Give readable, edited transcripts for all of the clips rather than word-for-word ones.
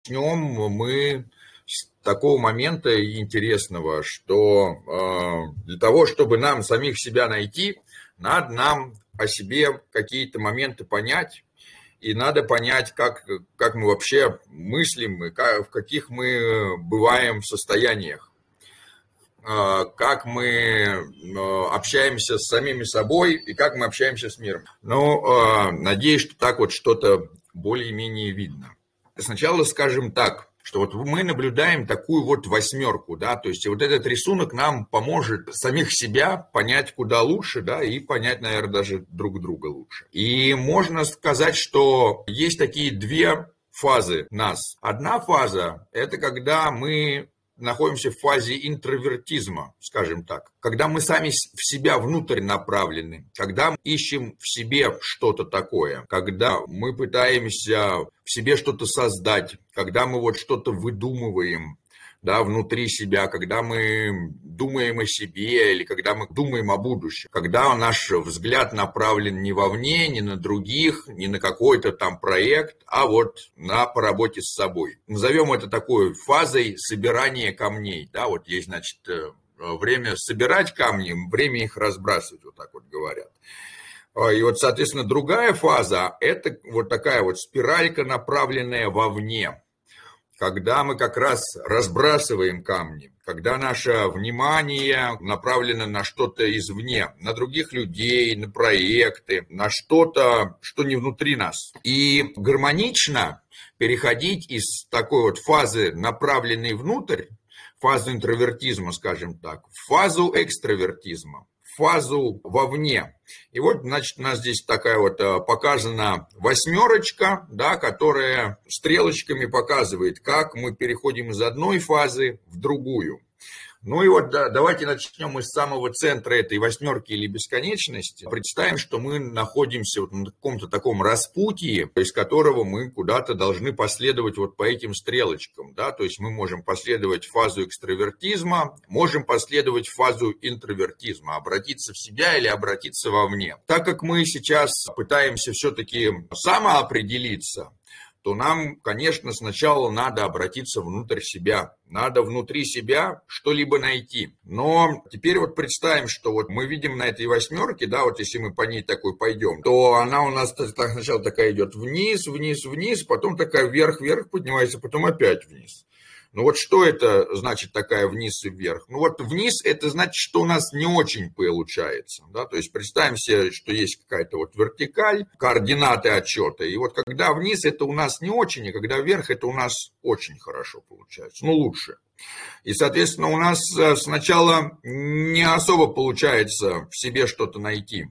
Начнем мы с такого момента интересного, что для того, чтобы нам самих себя найти, надо нам о себе какие-то моменты понять, и надо понять, как мы вообще мыслим, и в каких мы бываем состояниях, как мы общаемся с самими собой и как мы общаемся с миром. Надеюсь, что так вот что-то более-менее видно. Сначала скажем так, что вот мы наблюдаем такую вот восьмерку, да, то есть вот этот рисунок нам поможет самих себя понять куда лучше, да, и понять, наверное, даже друг друга лучше. И можно сказать, что есть такие две фазы нас. Одна фаза – это когда мы находимся в фазе интровертизма, скажем так, когда мы сами в себя внутрь направлены, когда мы ищем в себе что-то такое, когда мы пытаемся в себе что-то создать, когда мы вот что-то выдумываем, да, внутри себя, когда мы думаем о себе или когда мы думаем о будущем, когда наш взгляд направлен не вовне, не на других, не на какой-то там проект, а вот по работе с собой. Назовем это такой фазой собирания камней. Да, вот есть, значит, время собирать камни, время их разбрасывать, вот так вот говорят. И вот, соответственно, другая фаза – это вот такая вот спиралька, направленная вовне. Когда мы как раз разбрасываем камни, когда наше внимание направлено на что-то извне, на других людей, на проекты, на что-то, что не внутри нас. И гармонично переходить из такой вот фазы, направленной внутрь, фазу интровертизма, скажем так, в фазу экстравертизма, фазу вовне. И вот, значит, у нас здесь такая вот показана восьмерочка, да, которая стрелочками показывает, как мы переходим из одной фазы в другую. Ну и вот давайте начнем из самого центра этой восьмерки или бесконечности. Представим, что мы находимся вот на каком-то таком распутье, из которого мы куда-то должны последовать вот по этим стрелочкам. Да? То есть мы можем последовать в фазу экстравертизма, можем последовать в фазу интровертизма, обратиться в себя или обратиться вовне. Так как мы сейчас пытаемся все-таки самоопределиться, то нам, конечно, сначала надо обратиться внутрь себя. Надо внутри себя что-либо найти. Но теперь вот представим, что вот мы видим на этой восьмерке, да, вот если мы по ней такой пойдем, то она у нас сначала такая идет вниз, вниз, вниз, потом такая вверх, вверх поднимается, потом опять вниз. Ну вот что это значит такая вниз и вверх? Ну вот вниз это значит, что у нас не очень получается. Да? То есть представим себе, что есть какая-то вот вертикаль, координаты отчета. И вот когда вниз это у нас не очень, а когда вверх это у нас очень хорошо получается. Ну лучше. И, соответственно, у нас сначала не особо получается в себе что-то найти.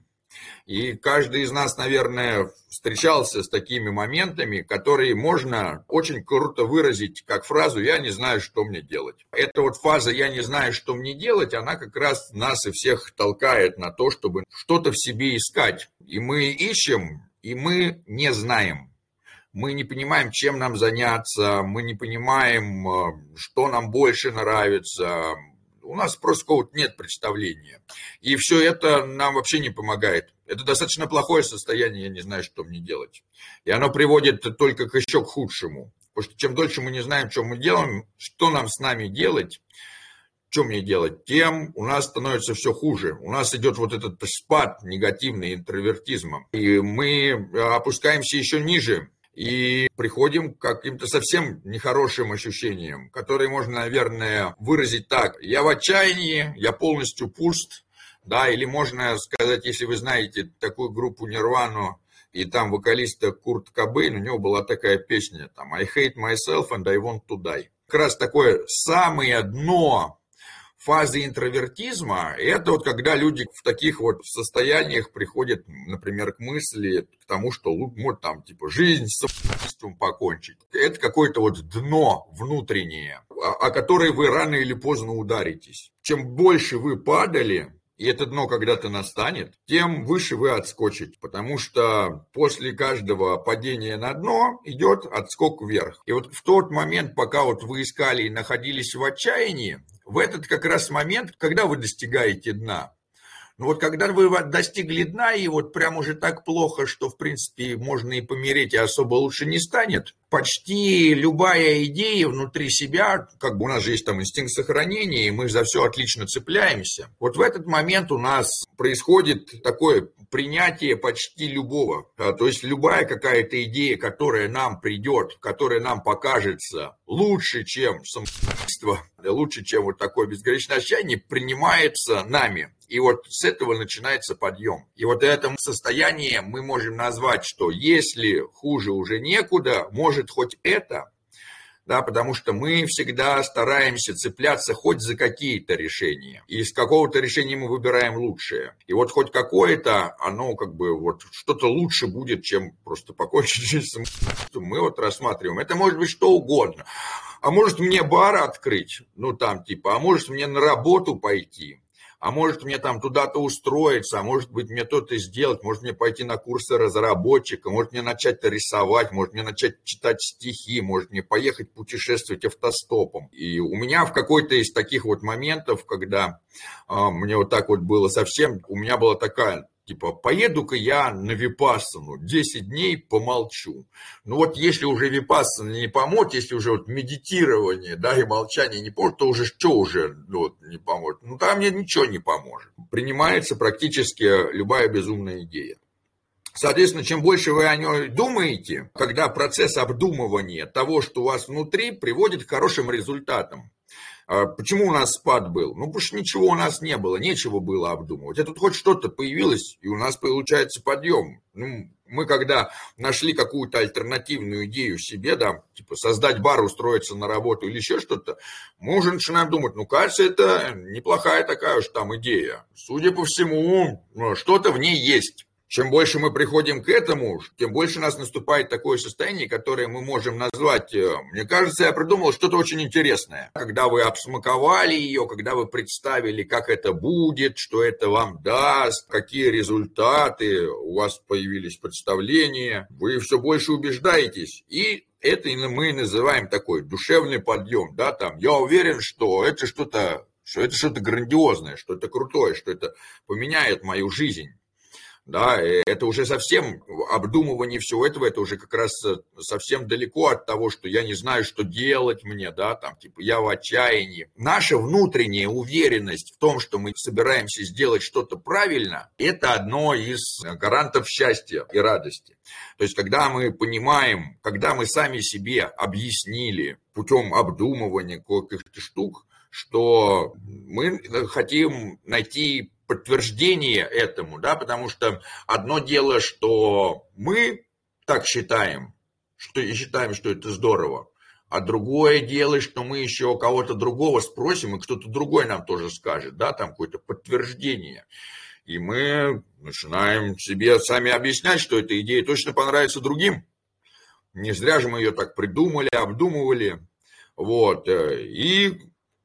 И каждый из нас, наверное, встречался с такими моментами, которые можно очень круто выразить как фразу «я не знаю, что мне делать». Эта вот фаза «я не знаю, что мне делать», она как раз нас и всех толкает на то, чтобы что-то в себе искать. И мы ищем, и мы не знаем. Мы не понимаем, чем нам заняться, мы не понимаем, что нам больше нравится. У нас просто какого-то нет представления. И все это нам вообще не помогает. Это достаточно плохое состояние, я не знаю, что мне делать. И оно приводит только к еще к худшему. Потому что чем дольше мы не знаем, что мы делаем, что нам с нами делать, что мне делать, тем у нас становится все хуже. У нас идет вот этот спад негативный интровертизма. И мы опускаемся еще ниже. И приходим к каким-то совсем нехорошим ощущениям, которые можно, наверное, выразить так. Я в отчаянии, я полностью пуст. Да, или можно сказать, если вы знаете такую группу Нирвану, и там вокалиста Курт Кобейн, у него была такая песня, там, I hate myself and I want to die. Как раз такое самое дно фазы интровертизма, это вот когда люди в таких вот состояниях приходят, например, к мысли, к тому, что вот там типа жизнь с самоубийством покончить. Это какое-то вот дно внутреннее, о которое вы рано или поздно ударитесь. Чем больше вы падали, и это дно когда-то настанет, тем выше вы отскочите, потому что после каждого падения на дно идет отскок вверх. И вот в тот момент, пока вот вы искали и находились в отчаянии, в этот как раз момент, когда вы достигаете дна, Но вот когда вы достигли дна, и вот прям уже так плохо, что, в принципе, можно и помереть, и особо лучше не станет, почти любая идея внутри себя, как бы у нас же есть там инстинкт сохранения, и мы за все отлично цепляемся. Вот в этот момент у нас происходит такое принятие почти любого. То есть любая какая-то идея, которая нам придет, которая нам покажется лучше, чем самоубийство, лучше, чем вот такое безграничное отчаяние, принимается нами. И вот с этого начинается подъем. И вот это состояние мы можем назвать, что если хуже уже некуда, может хоть это, да, потому что мы всегда стараемся цепляться хоть за какие-то решения. И из какого-то решения мы выбираем лучшее. И вот хоть какое-то, оно как бы вот что-то лучше будет, чем просто покончить жизнь самоубийством. Мы вот рассматриваем. Это может быть что угодно. А может мне бар открыть, ну там типа, а может мне на работу пойти. А может мне там туда-то устроиться, а может быть мне то-то сделать, может мне пойти на курсы разработчика, может мне начать рисовать, может мне начать читать стихи, может мне поехать путешествовать автостопом. И у меня в какой-то из таких вот моментов, когда мне вот так вот было совсем, у меня была такая... Типа, поеду-ка я на випассану, 10 дней помолчу. Ну вот если уже випассана не поможет, если уже вот медитирование, да, и молчание не поможет, то уже что уже вот, не поможет? Ну там мне ничего не поможет. Принимается практически любая безумная идея. Соответственно, чем больше вы о ней думаете, когда процесс обдумывания того, что у вас внутри, приводит к хорошим результатам. Почему у нас спад был? Ну, потому что ничего у нас не было, нечего было обдумывать. Это тут хоть что-то появилось, и у нас получается подъем. Ну, мы когда нашли какую-то альтернативную идею себе, да, типа создать бар, устроиться на работу или еще что-то, мы уже начинаем думать, ну, кажется, это неплохая такая уж там идея. Судя по всему, что-то в ней есть. Чем больше мы приходим к этому, тем больше у нас наступает такое состояние, которое мы можем назвать, мне кажется, я придумал что-то очень интересное. Когда вы обсмаковали ее, когда вы представили, как это будет, что это вам даст, какие результаты, у вас появились представления, вы все больше убеждаетесь. И это мы называем такой душевный подъем. Да, там, я уверен, что это что-то грандиозное, что это крутое, что это поменяет мою жизнь. Да, это уже совсем обдумывание всего этого, это уже как раз совсем далеко от того, что я не знаю, что делать мне, да, там, типа, я в отчаянии. Наша внутренняя уверенность в том, что мы собираемся сделать что-то правильно, это одно из гарантов счастья и радости. То есть, когда мы понимаем, когда мы сами себе объяснили путем обдумывания каких-то штук, что мы хотим найти подтверждение этому, да, потому что одно дело, что мы так считаем, что это здорово, а другое дело, что мы еще кого-то другого спросим, и кто-то другой нам тоже скажет, да, там какое-то подтверждение. И мы начинаем себе сами объяснять, что эта идея точно понравится другим. Не зря же мы ее так придумали, обдумывали. Вот. И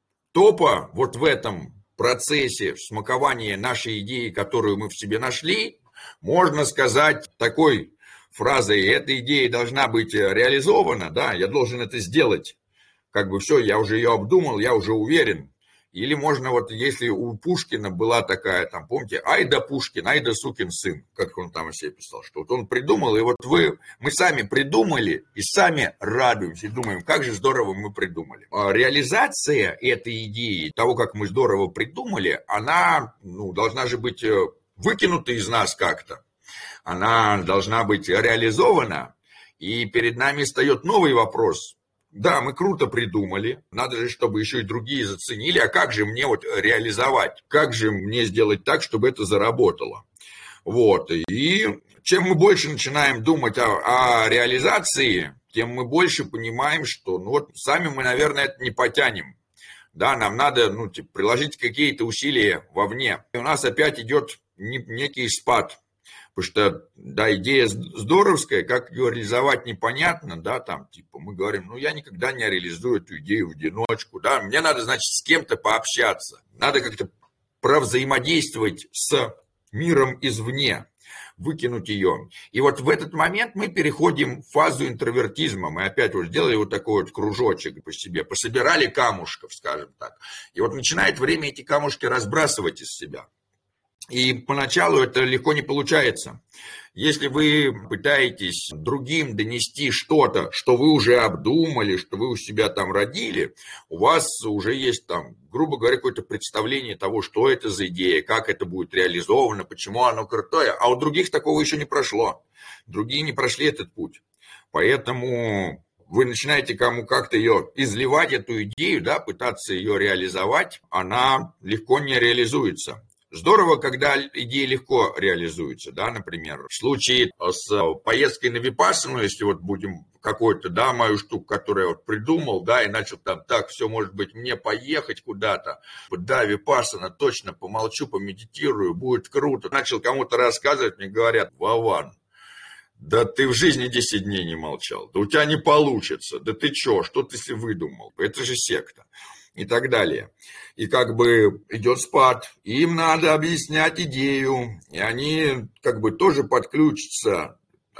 топа вот в этом процессе смакования нашей идеи, которую мы в себе нашли, можно сказать такой фразой: эта идея должна быть реализована, да, я должен это сделать. Как бы все, я уже ее обдумал, я уже уверен. Или можно вот, если у Пушкина была такая, там, помните, ай да Пушкин, ай да сукин сын, как он там себе писал, что вот он придумал, и вот мы сами придумали и сами радуемся, и думаем, как же здорово мы придумали. Реализация этой идеи, того, как мы здорово придумали, она, должна же быть выкинута из нас как-то. Она должна быть реализована, и перед нами встает новый вопрос. Да, мы круто придумали, надо же, чтобы еще и другие заценили, а как же мне вот реализовать, как же мне сделать так, чтобы это заработало. Вот, и чем мы больше начинаем думать о реализации, тем мы больше понимаем, что сами мы, наверное, это не потянем. Да, нам надо, приложить какие-то усилия вовне. И у нас опять идет некий спад. Потому что, да, идея здоровская, как ее реализовать непонятно, да, там, типа, мы говорим, я никогда не реализую эту идею в одиночку, да, мне надо, значит, с кем-то пообщаться, надо как-то провзаимодействовать с миром извне, выкинуть ее. И вот в этот момент мы переходим в фазу интровертизма, мы опять вот сделали вот такой вот кружочек по себе, пособирали камушков, скажем так, и вот начинает время эти камушки разбрасывать из себя. И поначалу это легко не получается. Если вы пытаетесь другим донести что-то, что вы уже обдумали, что вы у себя там родили, у вас уже есть там, грубо говоря, какое-то представление того, что это за идея, как это будет реализовано, почему оно крутое, а у других такого еще не прошло. Другие не прошли этот путь. Поэтому вы начинаете кому как-то ее изливать, эту идею, да, пытаться ее реализовать, она легко не реализуется. Здорово, когда идеи легко реализуются, да, например, в случае с поездкой на Випассану, если вот будем какую-то, да, мою штуку, которую я вот придумал, да, и начал там, так, все, может быть, мне поехать куда-то, да, Випассана, точно, помолчу, помедитирую, будет круто. Начал кому-то рассказывать, мне говорят, Вован, да ты в жизни 10 дней не молчал, да у тебя не получится, да ты что ты себе выдумал, это же секта. И так далее. И как бы идет спад. Им надо объяснять идею. И они как бы тоже подключатся.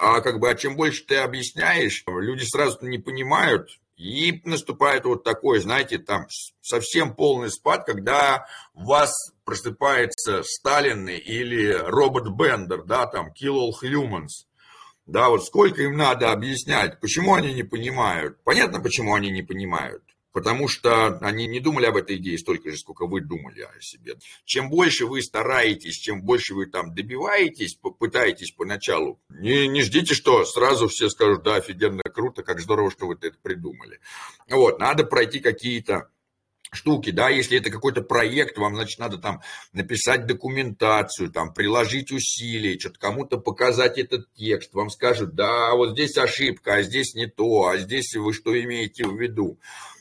А чем больше ты объясняешь, люди сразу не понимают. И наступает вот такой, знаете, там совсем полный спад, когда у вас просыпается Сталин или робот Бендер, да, там, Kill All Humans. Да, вот сколько им надо объяснять, почему они не понимают. Понятно, почему они не понимают. Потому что они не думали об этой идее столько же, сколько вы думали о себе. Чем больше вы стараетесь, чем больше вы там добиваетесь, пытаетесь поначалу, не ждите, что сразу все скажут, да, офигенно круто, как здорово, что вы это придумали. Вот, надо пройти какие-то штуки, да, если это какой-то проект, вам, значит, надо там написать документацию, там, приложить усилия, что-то кому-то показать этот текст, вам скажут, да, вот здесь ошибка, а здесь не то, а здесь вы что имеете в виду.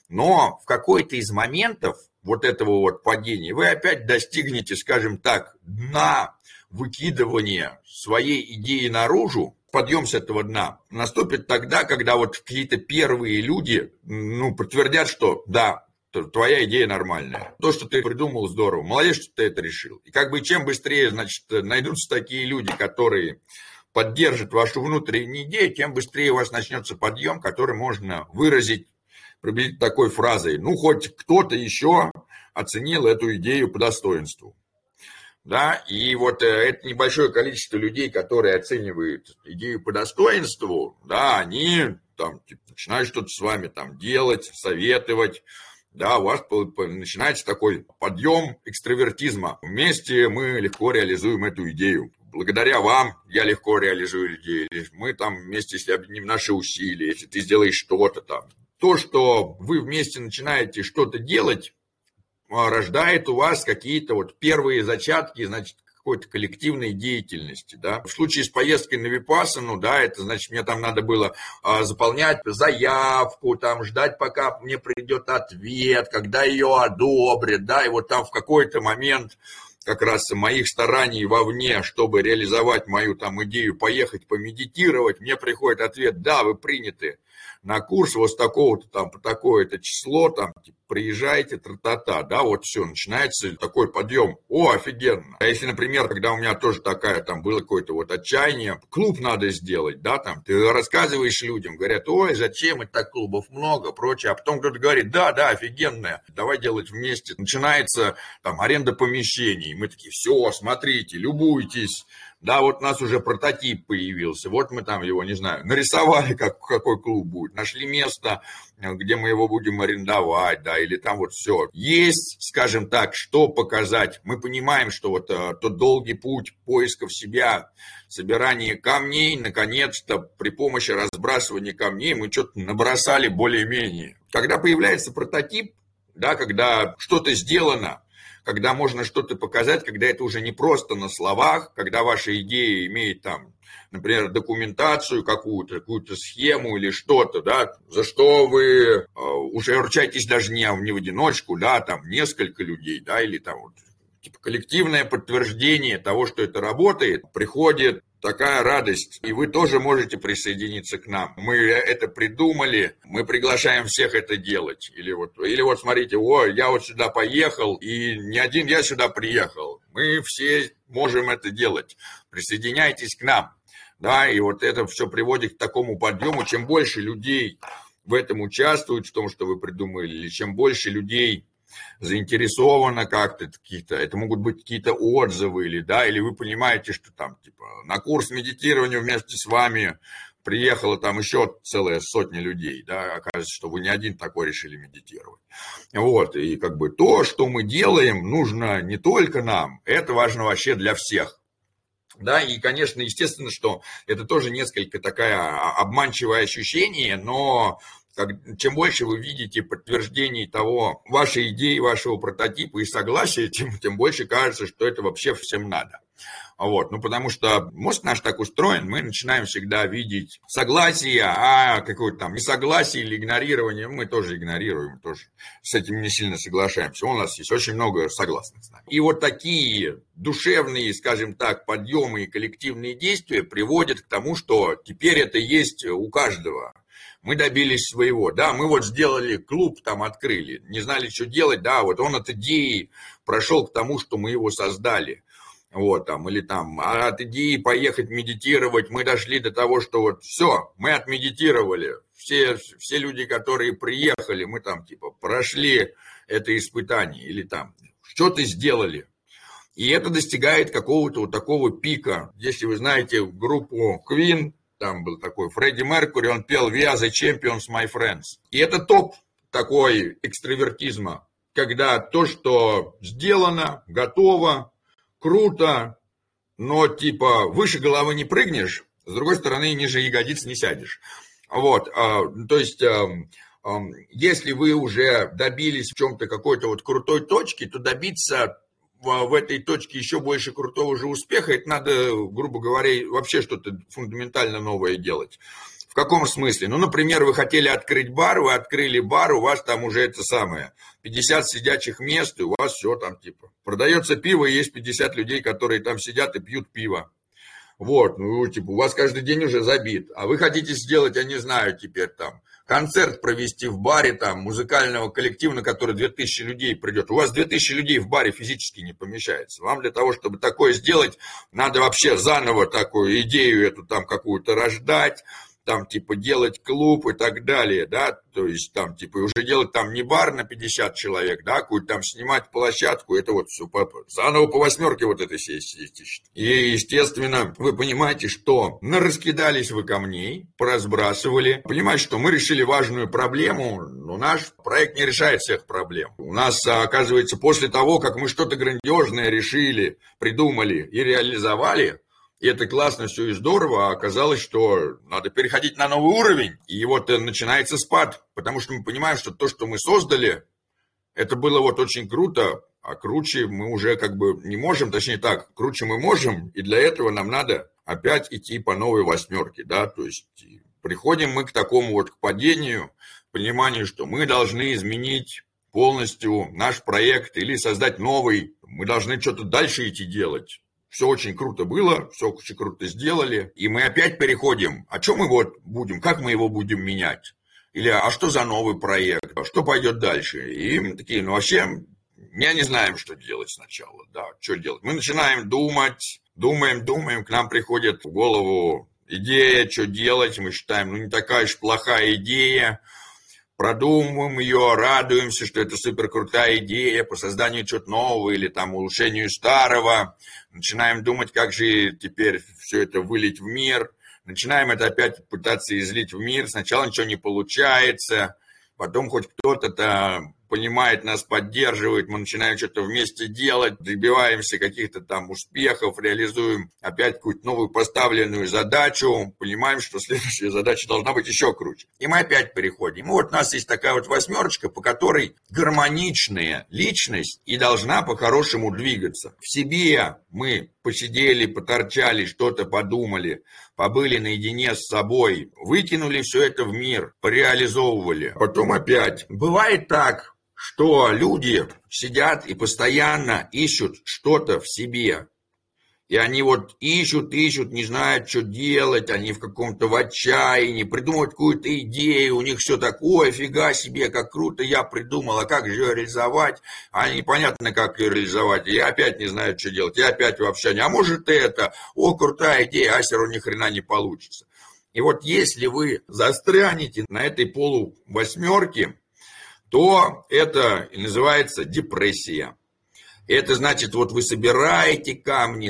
Но в какой-то из моментов вот этого вот падения вы опять достигнете, скажем так, дна выкидывания своей идеи наружу, подъем с этого дна наступит тогда, когда вот какие-то первые люди, подтвердят, что да, твоя идея нормальная. То, что ты придумал, здорово. Молодец, что ты это решил. И как бы чем быстрее, значит, найдутся такие люди, которые поддержат вашу внутреннюю идею, тем быстрее у вас начнется подъем, который можно выразить приблизительно такой фразой, хоть кто-то еще оценил эту идею по достоинству. Да, и вот это небольшое количество людей, которые оценивают идею по достоинству, да, они там начинают что-то с вами там делать, советовать, да, у вас начинается такой подъем экстравертизма. Вместе мы легко реализуем эту идею. Благодаря вам я легко реализую идею. Мы там вместе, если объединим наши усилия, если ты сделаешь что-то там. То, что вы вместе начинаете что-то делать, рождает у вас какие-то вот первые зачатки, значит, какой-то коллективной деятельности, да. В случае с поездкой на Випассану, да, это значит, мне там надо было заполнять заявку, там ждать, пока мне придет ответ, когда ее одобрят, да, и вот там в какой-то момент как раз моих стараний вовне, чтобы реализовать мою там идею поехать помедитировать, мне приходит ответ, да, вы приняты на курс вот с такого-то там по такое-то число, там, типа, приезжайте, тра-та-та, да, вот все, начинается такой подъем, о, офигенно. А если, например, когда у меня тоже такая, там, было какое-то вот отчаяние, клуб надо сделать, да, там, ты рассказываешь людям, говорят, ой, зачем, это так клубов много, прочее, а потом кто-то говорит, да, офигенная, давай делать вместе. Начинается, там, аренда помещений, мы такие, все, смотрите, любуйтесь. Да, вот у нас уже прототип появился, вот мы там его, не знаю, нарисовали, какой клуб будет, нашли место, где мы его будем арендовать, да, или там вот все. Есть, скажем так, что показать. Мы понимаем, что вот тот долгий путь поисков себя, собирания камней, наконец-то при помощи разбрасывания камней мы что-то набросали более-менее. Когда появляется прототип, да, когда что-то сделано, когда можно что-то показать, когда это уже не просто на словах, когда ваша идея имеет там, например, документацию какую-то схему или что-то, да, за что вы уже ручаетесь даже не в одиночку, да, там несколько людей, да, или там вот, типа коллективное подтверждение того, что это работает, приходит такая радость, и вы тоже можете присоединиться к нам. Мы это придумали, мы приглашаем всех это делать. Или вот смотрите, я вот сюда поехал, и не один я сюда приехал. Мы все можем это делать. Присоединяйтесь к нам. Да, и вот это все приводит к такому подъему. Чем больше людей в этом участвуют, в том, что вы придумали, или чем больше людей заинтересована как-то, это могут быть какие-то отзывы, или вы понимаете, что там, на курс медитирования вместе с вами приехала там еще целая сотня людей, да, оказывается, что вы не один такой решили медитировать. Вот, и то, что мы делаем, нужно не только нам, это важно вообще для всех. Да, и, конечно, естественно, что это тоже несколько такое обманчивое ощущение, но чем больше вы видите подтверждений того, вашей идеи, вашего прототипа и согласия, тем больше кажется, что это вообще всем надо. Вот, потому что мозг наш так устроен, мы начинаем всегда видеть согласие, а какое-то там несогласие или игнорирование мы тоже игнорируем, тоже с этим не сильно соглашаемся. У нас есть очень много согласных с нами. И вот такие душевные, скажем так, подъемы и коллективные действия приводят к тому, что теперь это есть у каждого. Мы добились своего, да, мы вот сделали клуб, там открыли, не знали, что делать, да, вот он от идеи прошел к тому, что мы его создали. Вот там, или там, от идеи поехать медитировать, мы дошли до того, что вот все, мы отмедитировали. Все люди, которые приехали, мы там прошли это испытание, или там что-то сделали. И это достигает какого-то вот такого пика. Если вы знаете группу Queen, там был такой Фредди Меркьюри, он пел «We are the champions, my friends». И это топ такой экстравертизма, когда то, что сделано, готово, круто, но выше головы не прыгнешь, с другой стороны ниже ягодиц не сядешь. Вот, то есть, если вы уже добились в чем-то какой-то вот крутой точки, то добиться в этой точке еще больше крутого же успеха, это надо, грубо говоря, вообще что-то фундаментально новое делать. В каком смысле? Например, вы хотели открыть бар, вы открыли бар, у вас там уже 50 сидячих мест, и у вас все там продается пиво, и есть 50 людей, которые там сидят и пьют пиво. Вот, у вас каждый день уже забит. А вы хотите сделать, я не знаю, теперь там концерт провести в баре, там, музыкального коллектива, на который 2000 людей придет. У вас 2000 людей в баре физически не помещается. Вам для того, чтобы такое сделать, надо вообще заново такую идею эту там какую-то рождать, там, делать клуб и так далее, да, то есть, там, уже делать там не бар на 50 человек, да, какую-то там снимать площадку, это вот все заново по восьмерке вот этой сессии. И, естественно, вы понимаете, что нараскидались вы камней, поразбрасывали, понимаете, что мы решили важную проблему, но наш проект не решает всех проблем. У нас, оказывается, после того, как мы что-то грандиозное решили, придумали и реализовали, и это классно, все и здорово, а оказалось, что надо переходить на новый уровень. И вот начинается спад, потому что мы понимаем, что то, что мы создали, это было вот очень круто, а круче мы уже не можем, точнее так, круче мы можем, и для этого нам надо опять идти по новой восьмерке, да, то есть приходим мы к такому вот к падению, пониманию, что мы должны изменить полностью наш проект или создать новый, мы должны что-то дальше идти делать. Все очень круто было, все очень круто сделали, и мы опять переходим. А что мы будем, как мы его будем менять? Или а что за новый проект? А что пойдет дальше? И мы такие, вообще, я не знаем, что делать сначала, да, что делать. Мы начинаем думать, думаем, к нам приходит в голову идея, что делать, мы считаем, не такая уж плохая идея, продумываем ее, радуемся, что это супер крутая идея по созданию чего-то нового или там улучшению старого. Начинаем думать, как же теперь все это вылить в мир. Начинаем это опять пытаться излить в мир. Сначала ничего не получается, потом хоть кто-то понимает, нас поддерживает, мы начинаем что-то вместе делать, добиваемся каких-то там успехов, реализуем опять какую-то новую поставленную задачу, понимаем, что следующая задача должна быть еще круче. И мы опять переходим. И вот у нас есть такая вот восьмерочка, по которой гармоничная личность и должна по-хорошему двигаться. В себе мы посидели, поторчали, что-то подумали, побыли наедине с собой, выкинули все это в мир, пореализовывали. Потом опять. Бывает так, что люди сидят и постоянно ищут что-то в себе. И они ищут, не знают, что делать, они в каком-то в отчаянии, придумывают какую-то идею, у них все такое, фига себе, как круто, я придумал, а как же ее реализовать? А непонятно, как ее реализовать, я опять не знаю, что делать, я опять вообще не, а может это, крутая идея, а все равно ни хрена не получится. И вот если вы застрянете на этой полувосьмерке, то это и называется депрессия. Это значит, вот вы собираете камни,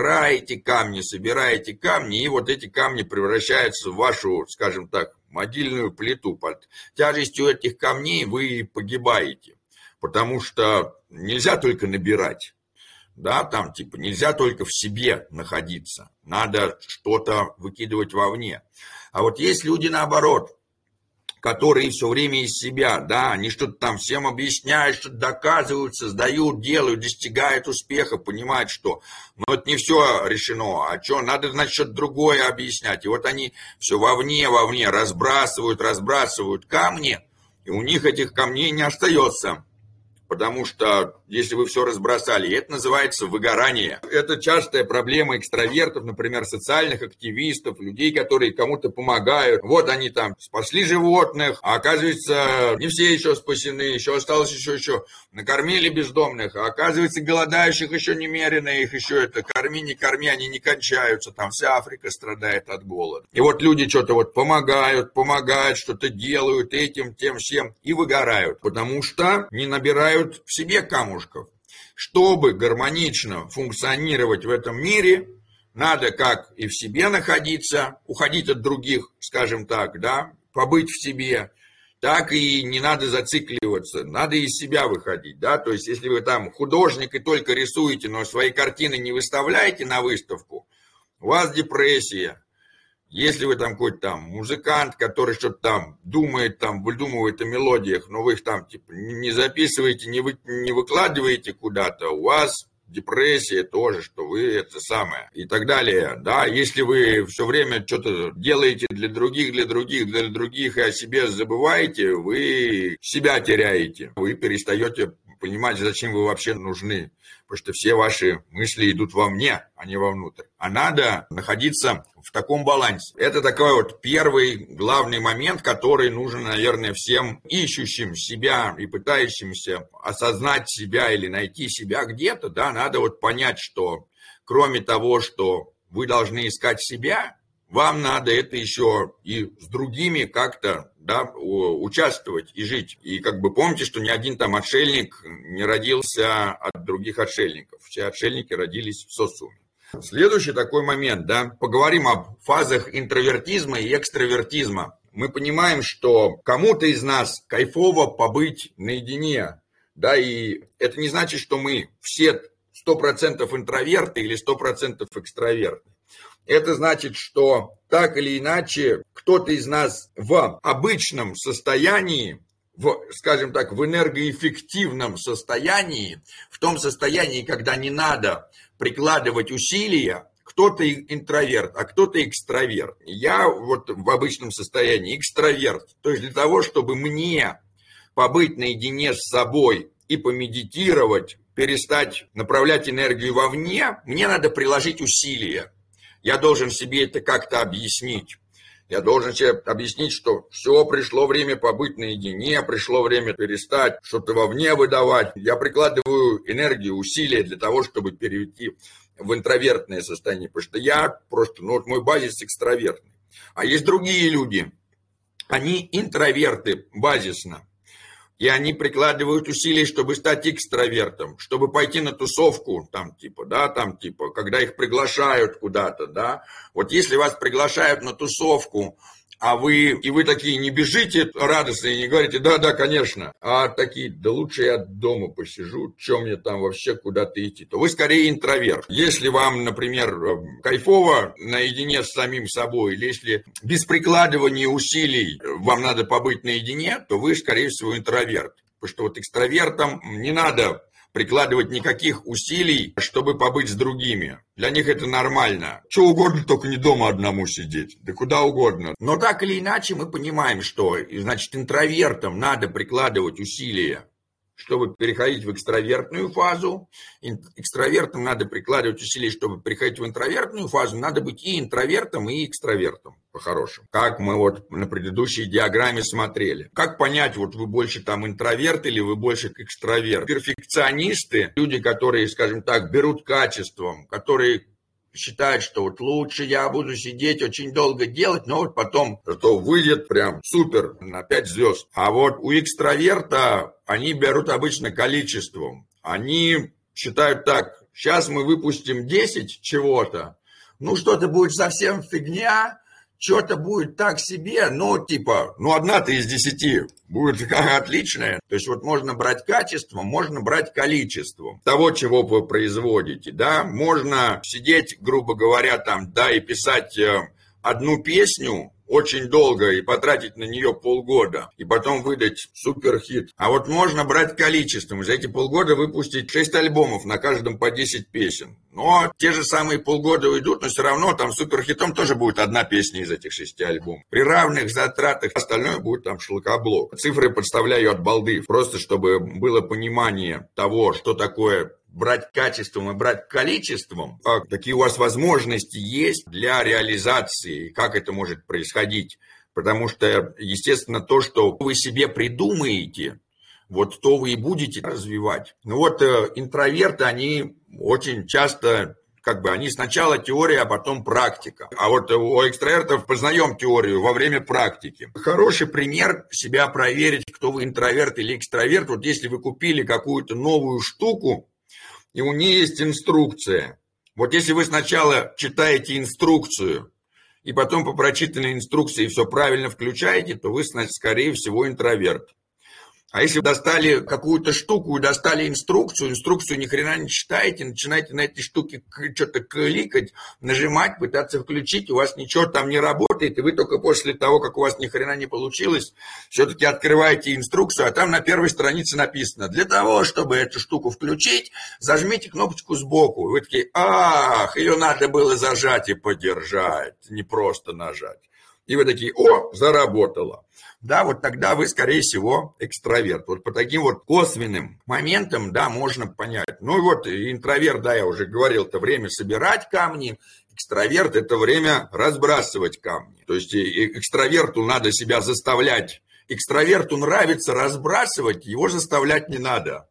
и вот эти камни превращаются в вашу, скажем так, могильную плиту. Под тяжестью этих камней вы погибаете, потому что нельзя только набирать, да, там типа нельзя только в себе находиться, надо что-то выкидывать вовне. А вот есть люди наоборот, которые все время из себя, да, они что-то там всем объясняют, что-то доказывают, создают, делают, достигают успеха, понимают, что, но это не все решено, а что, надо, значит, что-то другое объяснять. И вот они все вовне разбрасывают камни, и у них этих камней не остается. Потому что если вы все разбросали, это называется выгорание. Это частая проблема экстравертов, например, социальных активистов, людей, которые кому-то помогают. Вот они там спасли животных, а оказывается, не все еще спасены, еще осталось еще. Накормили бездомных, а оказывается, голодающих еще немерено, их еще это корми, не корми, они не кончаются. Там вся Африка страдает от голода. И вот люди что-то вот помогают, что-то делают этим, тем, всем, и выгорают, потому что не набирают в себе камушков. Чтобы гармонично функционировать в этом мире, надо как и в себе находиться, уходить от других, скажем так, да, побыть в себе, так и не надо зацикливаться, надо из себя выходить, да, то есть если вы там художник и только рисуете, но свои картины не выставляете на выставку, у вас депрессия. Если вы там какой-то там музыкант, который что-то там думает, там выдумывает о мелодиях, но вы их там типа не записываете, не выкладываете куда-то, у вас депрессия тоже, что вы это самое и так далее, да, если вы все время что-то делаете для других, и о себе забываете, вы себя теряете, вы перестаете понимать, зачем вы вообще нужны, потому что все ваши мысли идут вовне, а не вовнутрь. А надо находиться в таком балансе. Это такой вот первый главный момент, который нужен, наверное, всем ищущим себя и пытающимся осознать себя или найти себя где-то, да, надо вот понять, что кроме того, что вы должны искать себя, вам надо это еще и с другими как-то, да, участвовать и жить. И как бы помните, что ни один там отшельник не родился от других отшельников. Все отшельники родились в социуме. Следующий такой момент, да, поговорим об фазах интровертизма и экстравертизма. Мы понимаем, что кому-то из нас кайфово побыть наедине, да, и это не значит, что мы все 100% интроверты или 100% экстраверты. Это значит, что так или иначе кто-то из нас в обычном состоянии, скажем так, в энергоэффективном состоянии, в том состоянии, когда не надо прикладывать усилия, кто-то интроверт, а кто-то экстраверт. Я вот в обычном состоянии экстраверт. То есть для того, чтобы мне побыть наедине с собой и помедитировать, перестать направлять энергию вовне, мне надо приложить усилия. Я должен себе это как-то объяснить. Я должен себе объяснить, что все, пришло время побыть наедине, пришло время перестать что-то вовне выдавать. Я прикладываю энергию, усилия для того, чтобы перейти в интровертное состояние. Потому что я просто, вот мой базис экстравертный. А есть другие люди, они интроверты базисно. И они прикладывают усилия, чтобы стать экстравертом, чтобы пойти на тусовку, там типа, когда их приглашают куда-то, да. Вот если вас приглашают на тусовку, а вы такие не бежите радостные, не говорите, да, конечно, а такие, да лучше я дома посижу, чем мне там вообще куда-то идти, то вы скорее интроверт. Если вам, например, кайфово наедине с самим собой, или если без прикладывания усилий вам надо побыть наедине, то вы, скорее всего, интроверт. Потому что вот экстравертам не надо прикладывать никаких усилий, чтобы побыть с другими. Для них это нормально. Что угодно, только не дома одному сидеть. Да куда угодно. Но так или иначе мы понимаем, что, значит, интровертам надо прикладывать усилия, чтобы переходить в экстравертную фазу. Экстравертам надо прикладывать усилия, чтобы переходить в интровертную фазу. Надо быть и интровертом, и экстравертом, по-хорошему. Как мы вот на предыдущей диаграмме смотрели. Как понять, вот вы больше там интроверт или вы больше экстраверт? Перфекционисты, люди, которые, скажем так, берут качеством, которые считает, что вот лучше я буду сидеть очень долго делать, но вот потом зато выйдет прям супер на 5 звезд. А вот у экстраверта они берут обычно количеством. Они считают так, сейчас мы выпустим 10 чего-то, ну что-то будет совсем фигня, что-то будет так себе, ну, типа, ну, 1 из 10 будет отличная. То есть вот можно брать качеством, можно брать количеством того, чего вы производите, да. Можно сидеть, грубо говоря, там, да, и писать одну песню очень долго и потратить на нее полгода, и потом выдать суперхит. А вот можно брать количеством, и за эти полгода выпустить 6 альбомов, на каждом по 10 песен. Но те же самые полгода уйдут, но все равно там суперхитом тоже будет 1 песня из этих 6 альбомов. При равных затратах остальное будет там шлакоблок. Цифры подставляю от балды, просто чтобы было понимание того, что такое брать качеством и брать количеством, какие у вас возможности есть для реализации, как это может происходить. Потому что, естественно, то, что вы себе придумаете, вот то вы и будете развивать. Ну вот интроверты, они очень часто, они сначала теория, а потом практика. А вот у экстравертов познаем теорию во время практики. Хороший пример себя проверить, кто вы, интроверт или экстраверт. Вот если вы купили какую-то новую штуку, и у нее есть инструкция. Вот если вы сначала читаете инструкцию, и потом по прочитанной инструкции все правильно включаете, то вы, скорее всего, интроверт. А если вы достали какую-то штуку и достали инструкцию ни хрена не читаете, начинаете на этой штуке что-то кликать, нажимать, пытаться включить, у вас ничего там не работает, и вы только после того, как у вас ни хрена не получилось, все-таки открываете инструкцию, а там на первой странице написано: для того, чтобы эту штуку включить, зажмите кнопочку сбоку. И вы такие: ах, ее надо было зажать и подержать, не просто нажать. И вы такие: о, заработало. Да, вот тогда вы, скорее всего, экстраверт. Вот по таким вот косвенным моментам, да, можно понять. Ну и вот интроверт, да, я уже говорил, это время собирать камни. Экстраверт – это время разбрасывать камни. То есть экстраверту надо себя заставлять. Экстраверту нравится разбрасывать, его заставлять не надо.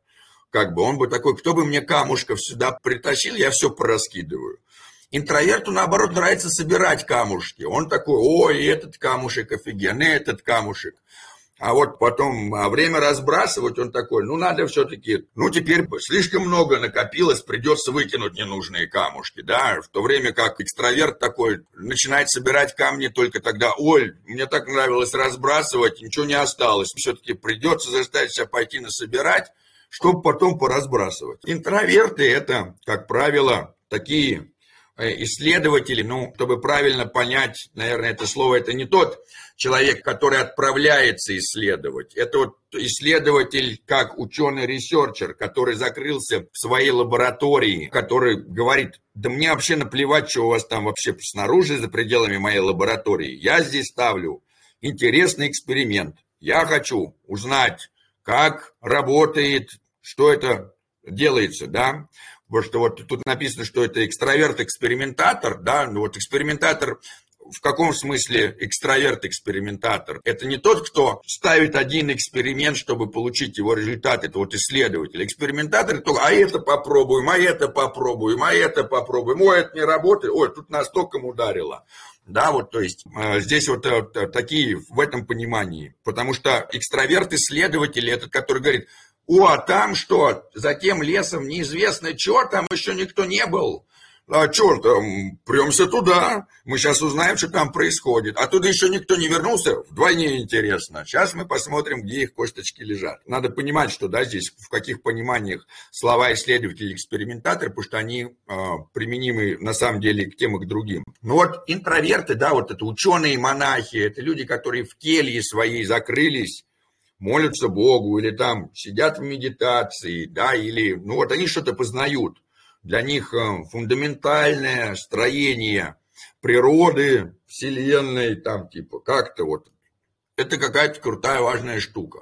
Он бы такой: кто бы мне камушков сюда притащил, я все пораскидываю. Интроверту, наоборот, нравится собирать камушки. Он такой: ой, этот камушек офигенный, этот камушек. А вот потом время разбрасывать, он такой: ну, надо все-таки, ну, теперь слишком много накопилось, придется выкинуть ненужные камушки, да. В то время как экстраверт такой начинает собирать камни только тогда: ой, мне так нравилось разбрасывать, ничего не осталось. Все-таки придется заставить себя пойти насобирать, чтобы потом поразбрасывать. Интроверты – это, как правило, такие исследователи, ну, чтобы правильно понять, наверное, это слово, это не тот человек, который отправляется исследовать. Это вот исследователь, как ученый-ресерчер, который закрылся в своей лаборатории, который говорит: да мне вообще наплевать, что у вас там вообще снаружи, за пределами моей лаборатории. Я здесь ставлю интересный эксперимент. Я хочу узнать, как работает, что это делается, да. Потому что вот тут написано, что это экстраверт-экспериментатор, да, ну вот экспериментатор в каком смысле экстраверт-экспериментатор? Это не тот, кто ставит один эксперимент, чтобы получить его результат, это вот исследователь. Экспериментатор – это: а это попробуем, а это попробуем, а это попробуем, ой, это не работает, ой, тут нас током ударило. Да, вот, то есть здесь вот такие в этом понимании. Потому что экстраверт-исследователь – это который говорит: о, а там что? За тем лесом неизвестно что, там еще никто не был. А что там? Премся туда. Мы сейчас узнаем, что там происходит. А туда еще никто не вернулся. Вдвойне интересно. Сейчас мы посмотрим, где их косточки лежат. Надо понимать, что, да, здесь в каких пониманиях слова исследователь и экспериментатор, потому что они применимы на самом деле к тем и к другим. Ну вот интроверты, да, вот это ученые-монахи, это люди, которые в келье своей закрылись, молятся Богу, или там сидят в медитации, да, или, ну вот они что-то познают. Для них фундаментальное строение природы, вселенной, там типа как-то вот, это какая-то крутая, важная штука.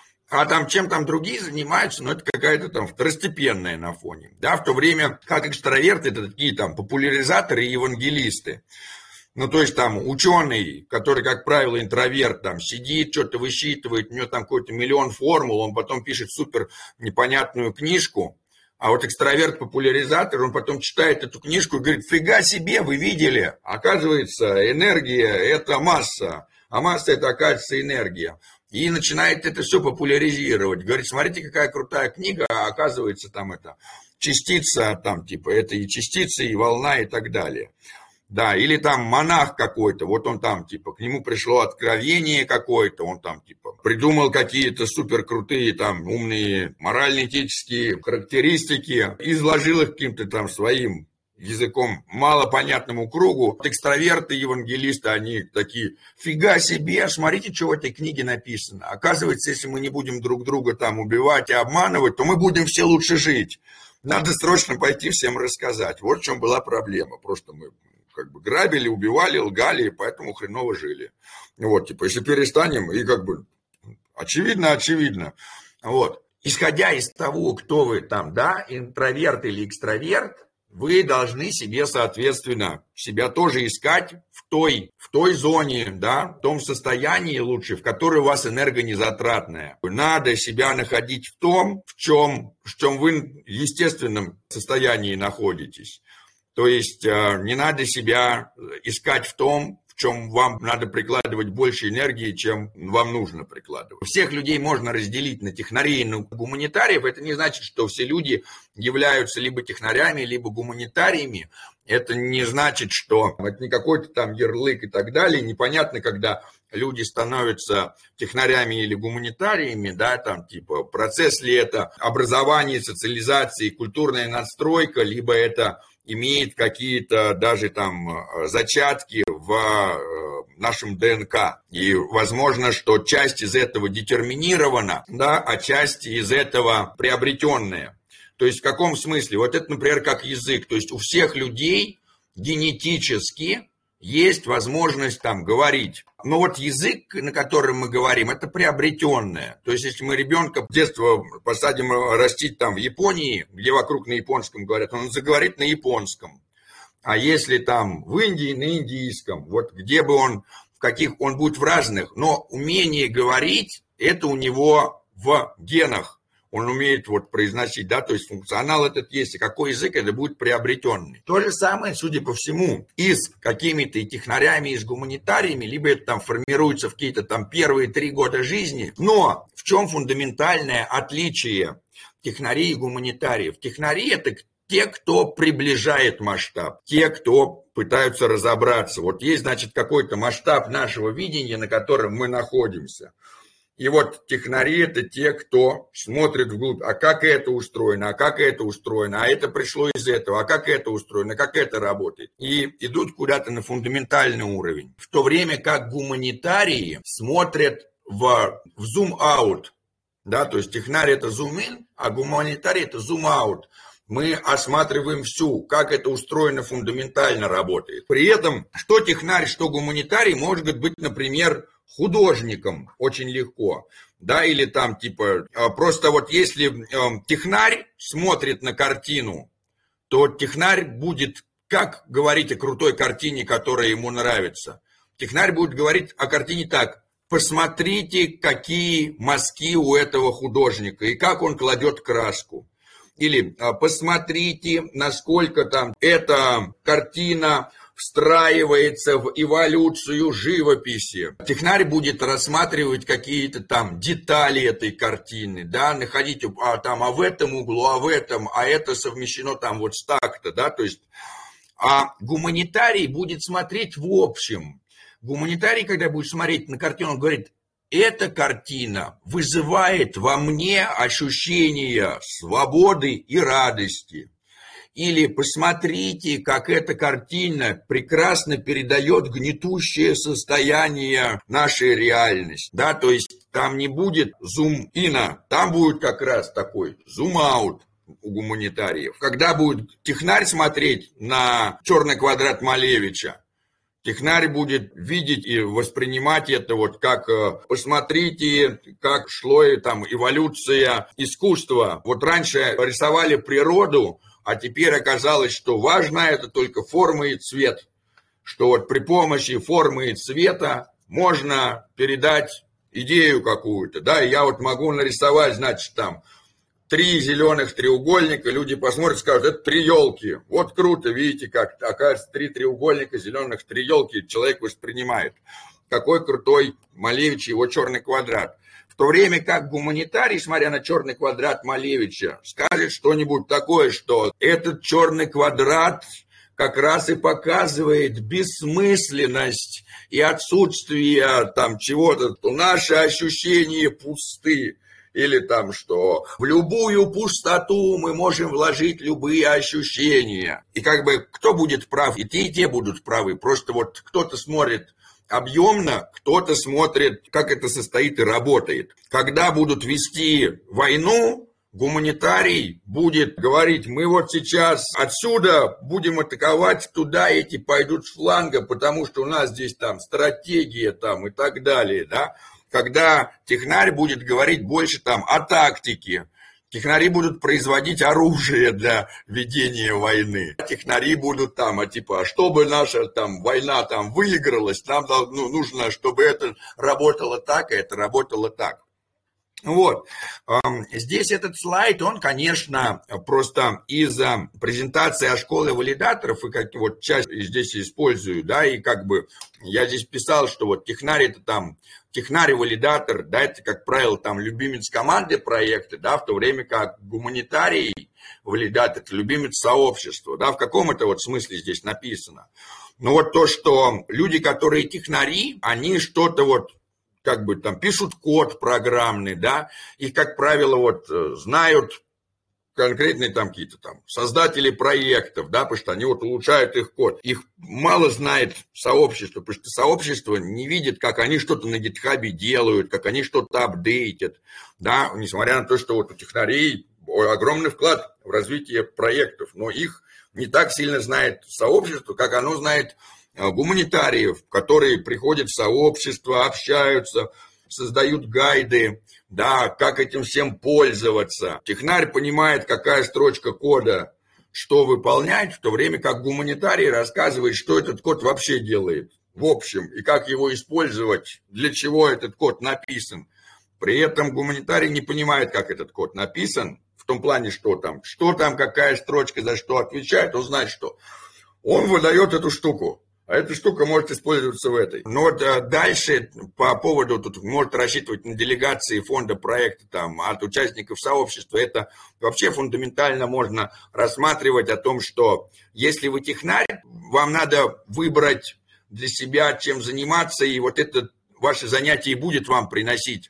А там чем там другие занимаются, ну это какая-то там второстепенная на фоне. Да, в то время как экстраверты, это такие там популяризаторы и евангелисты. Ну, то есть там ученый, который, как правило, интроверт, там сидит, что-то высчитывает, у него там какой-то миллион формул, он потом пишет супер непонятную книжку, А вот экстраверт-популяризатор, он потом читает эту книжку и говорит, фига себе, вы видели? Оказывается, энергия – это масса, а масса – это, оказывается, энергия. И начинает это все популяризировать. Говорит, смотрите, какая крутая книга, а оказывается, там это частица, там типа это и частица, и волна, и так далее. Да, или там монах какой-то, вот он там типа, к нему пришло откровение какое-то, он там типа придумал какие-то суперкрутые там умные морально-этические характеристики, изложил их каким-то там своим языком малопонятному кругу. Экстраверты, евангелисты, они такие, фига себе, смотрите, что в этой книге написано. Оказывается, если мы не будем друг друга там убивать и обманывать, то мы будем все лучше жить. Надо срочно пойти всем рассказать. Вот в чем была проблема. Просто мы как бы грабили, убивали, лгали, и поэтому хреново жили. Вот, типа, если перестанем, и как бы очевидно. Вот. Исходя из того, кто вы там, да, интроверт или экстраверт, вы должны себе, соответственно, себя тоже искать в той зоне, да, в том состоянии лучше, в которое у вас энергонезатратное. Надо себя находить в том, в чем вы в естественном состоянии находитесь. То есть не надо себя искать в том, в чем вам надо прикладывать больше энергии, чем вам нужно прикладывать. Всех людей можно разделить на технарей и на гуманитариев. Это не значит, что все люди являются либо технарями, либо гуманитариями. Это не значит, что это не какой-то там ярлык и так далее. Непонятно, когда люди становятся технарями или гуманитариями, да, там типа процесс ли это образование, социализация, культурная надстройка, либо это имеет какие-то даже там зачатки в нашем ДНК. И возможно, что часть из этого детерминирована, да, а часть из этого приобретенная. То есть в каком смысле? Вот это, например, как язык. То есть у всех людей генетически есть возможность там говорить. Но вот язык, на котором мы говорим, это приобретенное. То есть если мы ребенка с детства посадим растить там в Японии, где вокруг на японском говорят, он заговорит на японском. А если там в Индии, на индийском, вот где бы он, в каких он будет в разных, но умение говорить, это у него в генах. Он умеет вот произносить, да, то есть функционал этот есть, и какой язык это будет приобретенный. То же самое, судя по всему, и с какими-то и технарями, и с гуманитариями, либо это там формируется в какие-то там первые 3 года жизни. Но в чем фундаментальное отличие технарей и гуманитариев? Технари – это те, кто приближает масштаб, те, кто пытаются разобраться. Вот есть, значит, какой-то масштаб нашего видения, на котором мы находимся. И вот технари – это те, кто смотрит вглубь, а как это устроено, а это пришло из этого, а как это устроено, как это работает. И идут куда-то на фундаментальный уровень. В то время как гуманитарии смотрят в зум-аут. Да, то есть технарь – это зум-ин, а гуманитарий – это зум-аут. Мы осматриваем всю, как это устроено, фундаментально работает. При этом, что технарь, что гуманитарий может быть, например, художником очень легко, да, или там типа, просто вот если технарь смотрит на картину, то технарь будет, как говорить о крутой картине, которая ему нравится. Технарь будет говорить о картине так: посмотрите, какие мазки у этого художника и как он кладет краску. Или посмотрите, насколько там эта картина встраивается в эволюцию живописи. Технарь будет рассматривать какие-то там детали этой картины, да, находить, а в этом углу, а в этом, а это совмещено там вот с так-то, да, то есть, а гуманитарий будет смотреть в общем. Гуманитарий, когда будет смотреть на картину, он говорит: эта картина вызывает во мне ощущение свободы и радости. Или посмотрите, как эта картина прекрасно передает гнетущее состояние нашей реальности. Да, то есть там не будет зум-ина, там будет как раз такой зум-аут у гуманитариев. Когда будет технарь смотреть на черный квадрат Малевича, технарь будет видеть и воспринимать это вот как, посмотрите, как шло там эволюция искусства. Вот раньше рисовали природу, а теперь оказалось, что важно это только форма и цвет. Что вот при помощи формы и цвета можно передать идею какую-то. Да, и я вот могу нарисовать, значит, там 3 зеленых треугольника, люди посмотрят, скажут, это 3 елки. Вот круто, видите, как оказывается 3 треугольника зеленых, 3 елки человек воспринимает. Какой крутой Малевич и его черный квадрат. В то время как гуманитарий, смотря на черный квадрат Малевича, скажет что-нибудь такое, что этот черный квадрат как раз и показывает бессмысленность и отсутствие там чего-то, то наши ощущения пусты. Или там, что в любую пустоту мы можем вложить любые ощущения. И как бы кто будет прав? И те будут правы. Просто вот кто-то смотрит объемно, кто-то смотрит, как это состоит и работает. Когда будут вести войну, гуманитарий будет говорить, мы вот сейчас отсюда будем атаковать, туда эти пойдут с фланга, потому что у нас здесь там стратегия там и так далее, да. Когда технарь будет говорить больше там о тактике, технари будут производить оружие для ведения войны. Технари будут там, чтобы наша там война там выигралась, нам нужно, чтобы это работало так, а это работало так. Вот. Здесь этот слайд, он, конечно, просто из-за презентации о школе валидаторов, и как вот часть здесь использую, да, и как бы я здесь писал, что вот технарь это там, технарь-валидатор, да, это, как правило, там любимец команды проекта, да, в то время как гуманитарий-валидатор это любимец сообщества, да, в каком это вот смысле здесь написано. Ну вот то, что люди, которые технари, они что-то вот как бы там пишут код программный, да, и, как правило, вот знают конкретные там какие-то там создатели проектов, да, потому что они вот улучшают их код. Их мало знает сообщество, потому что сообщество не видит, как они что-то на гитхабе делают, как они что-то апдейтят, да, несмотря на то, что вот у технарей огромный вклад в развитие проектов, но их не так сильно знает сообщество, как оно знает гуманитариев, которые приходят в сообщество, общаются, создают гайды, да, как этим всем пользоваться. Технарь понимает, какая строчка кода что выполнять, в то время как гуманитарий рассказывает, что этот код вообще делает в общем, и как его использовать, для чего этот код написан. При этом гуманитарий не понимает, как этот код написан, в том плане, что там, какая строчка за что отвечает, он знает, что он выдает эту штуку. А эта штука может использоваться в этой. Но вот дальше по поводу, тут может рассчитывать на делегации фонда проекта там, от участников сообщества. Это вообще фундаментально можно рассматривать о том, что если вы технарь, вам надо выбрать для себя, чем заниматься, и вот это ваше занятие и будет вам приносить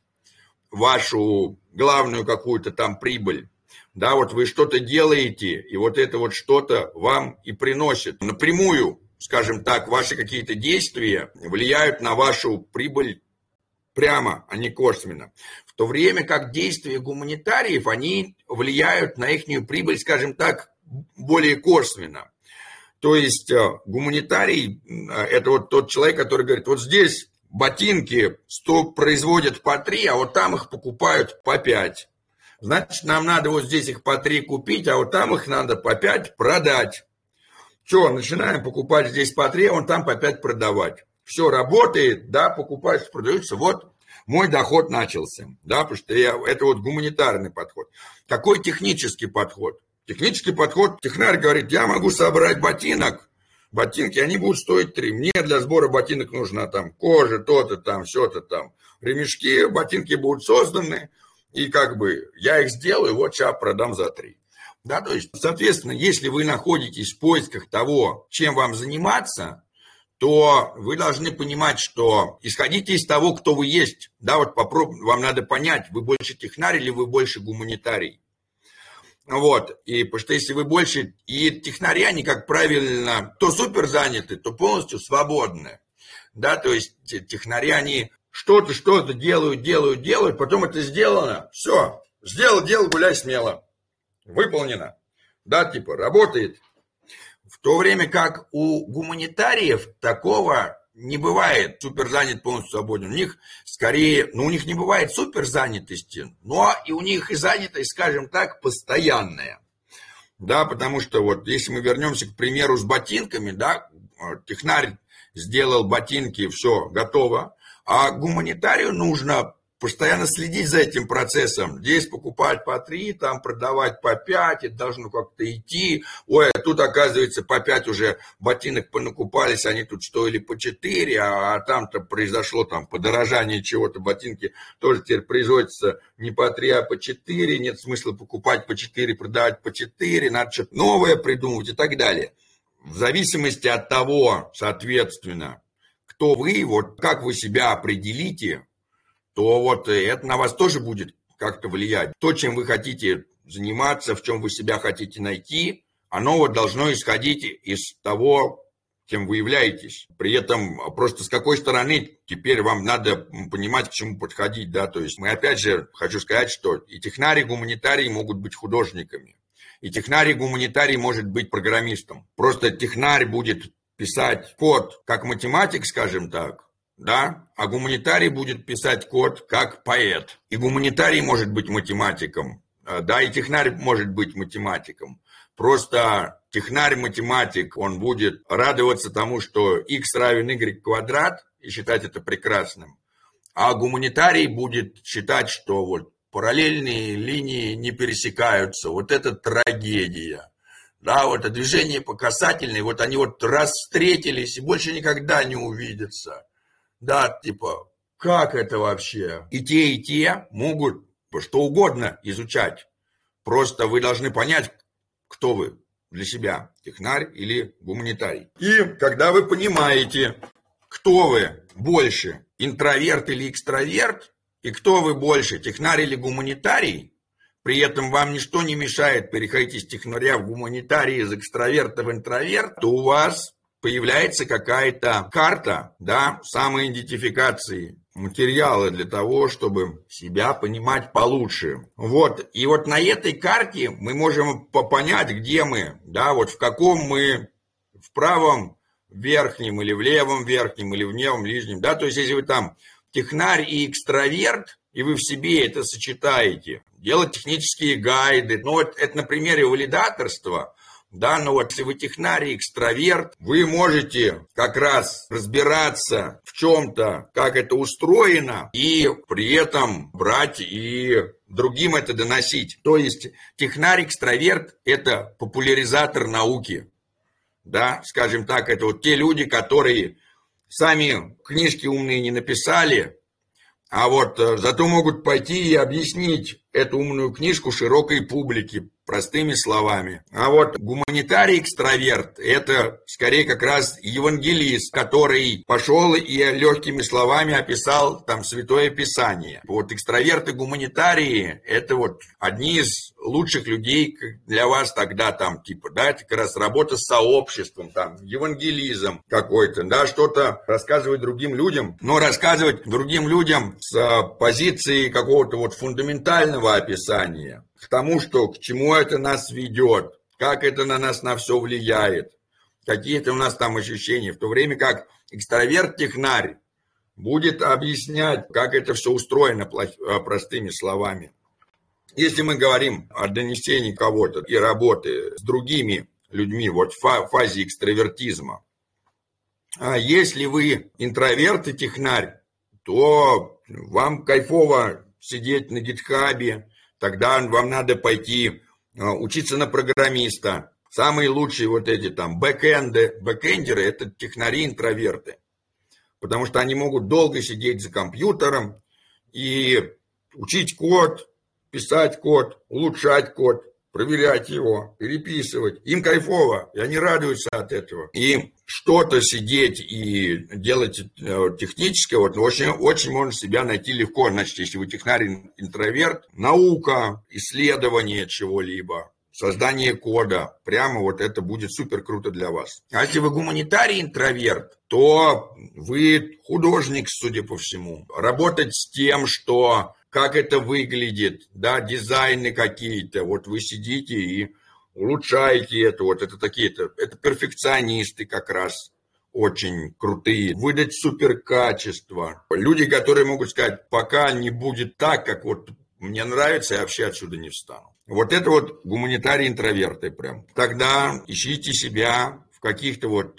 вашу главную какую-то там прибыль. Да, вот вы что-то делаете, и вот это вот что-то вам и приносит напрямую. Скажем так, ваши какие-то действия влияют на вашу прибыль прямо, а не косвенно. В то время как действия гуманитариев, они влияют на их прибыль, скажем так, более косвенно. То есть гуманитарий – это вот тот человек, который говорит, вот здесь ботинки производят по 3, а вот там их покупают по 5. Значит, нам надо вот здесь их по 3 купить, а вот там их надо по 5 продать. Все, начинаем покупать здесь по 3, а вон там по 5 продавать. Все работает, да, покупается, продается. Вот мой доход начался, да, потому что это вот гуманитарный подход. Какой технический подход? Технический подход, технарь говорит, я могу собрать ботинки, они будут стоить 3. Мне для сбора ботинок нужна там кожа, то-то там, все-то там, ремешки, ботинки будут созданы, и как бы я их сделаю, вот сейчас продам за 3. Да, то есть, соответственно, если вы находитесь в поисках того, чем вам заниматься, то вы должны понимать, что исходите из того, кто вы есть. Да, вот вам надо понять, вы больше технарь или вы больше гуманитарий. Вот, и потому что если вы больше, и технари, они, как правильно, то супер заняты, то полностью свободны. Да, то есть технари, они что-то делают, потом это сделано, все, сделал, гуляй смело. Выполнено. Да, типа, работает. В то время как у гуманитариев такого не бывает. Супер занят, полностью свободен. У них скорее, у них не бывает супер занятости, но и у них и занятость, скажем так, постоянная. Да, потому что вот если мы вернемся к примеру с ботинками, да, технарь сделал ботинки, все, готово, а гуманитарию нужно постоянно следить за этим процессом. Здесь покупать по 3, там продавать по 5, это должно как-то идти. Ой, а тут, оказывается, по 5 уже ботинок понакупались, они тут стоили по 4, а там-то произошло там подорожание чего-то, ботинки тоже теперь производятся не по 3, а по 4, нет смысла покупать по 4, продавать по 4, надо что-то новое придумывать и так далее. В зависимости от того, соответственно, кто вы, вот как вы себя определите, то вот это на вас тоже будет как-то влиять. То, чем вы хотите заниматься, в чем вы себя хотите найти, оно вот должно исходить из того, кем вы являетесь. При этом просто с какой стороны теперь вам надо понимать, к чему подходить, да, то есть мы опять же хочу сказать, что и технари, и гуманитарии могут быть художниками, и технарь, и гуманитарий может быть программистом. Просто технарь будет писать код как математик, скажем так, да, а гуманитарий будет писать код как поэт. И гуманитарий может быть математиком, да, и технарь может быть математиком. Просто технарь-математик, он будет радоваться тому, что x равен y квадрат, и считать это прекрасным. А гуманитарий будет считать, что вот параллельные линии не пересекаются. Вот это трагедия. Да, вот это движение по касательной, вот они вот раз встретились и больше никогда не увидятся. Да, типа, как это вообще? И те могут что угодно изучать. Просто вы должны понять, кто вы для себя, технарь или гуманитарий. И когда вы понимаете, кто вы больше, интроверт или экстраверт, и кто вы больше, технарь или гуманитарий, при этом вам ничто не мешает переходить из технаря в гуманитарий, из экстраверта в интроверт, то у вас появляется какая-то карта, да, самоидентификации, материала для того, чтобы себя понимать получше. Вот, и вот на этой карте мы можем понять, где мы, да, вот в каком мы, в правом верхнем или в левом верхнем или в левом нижнем, да, то есть если вы там технарь и экстраверт, и вы в себе это сочетаете, делать технические гайды, ну вот это на примере валидаторства, да, но вот если вы технарь и экстраверт, вы можете как раз разбираться в чем-то, как это устроено, и при этом брать и другим это доносить. То есть технарь-экстраверт – это популяризатор науки, да, скажем так, это вот те люди, которые сами книжки умные не написали, а вот зато могут пойти и объяснить эту умную книжку широкой публике простыми словами. А вот гуманитарий-экстраверт – это скорее как раз евангелист, который пошел и легкими словами описал там Святое Писание. Вот экстраверты-гуманитарии – это вот одни из лучших людей для вас тогда там, типа, да, это как раз работа с сообществом, там, евангелизм какой-то, да, что-то рассказывать другим людям, но рассказывать другим людям с позиции какого-то вот фундаментального описания, к тому, что к чему это нас ведет, как это на нас на все влияет, какие-то у нас там ощущения, в то время как экстраверт-технарь будет объяснять, как это все устроено простыми словами. Если мы говорим о донесении кого-то и работы с другими людьми, вот в фазе экстравертизма, а если вы интроверт и технарь, то вам кайфово сидеть на гитхабе, тогда вам надо пойти учиться на программиста. Самые лучшие вот эти там бэкэндеры – это технари-интроверты. Потому что они могут долго сидеть за компьютером и учить код, писать код, улучшать код, проверять его, переписывать. Им кайфово, и они радуются от этого. И что-то сидеть и делать техническое, вот очень, очень можно себя найти легко. Значит, если вы технарь-интроверт, наука, исследование чего-либо, создание кода, прямо вот это будет супер круто для вас. А если вы гуманитарий-интроверт, то вы художник, судя по всему. Работать с тем, что как это выглядит, да, дизайны какие-то, вот вы сидите и улучшаете это, вот это такие-то, это перфекционисты как раз очень крутые, выдать супер качество. Люди, которые могут сказать, пока не будет так, как вот мне нравится, я вообще отсюда не встану. Вот это вот гуманитарии-интроверты прям. Тогда ищите себя в каких-то вот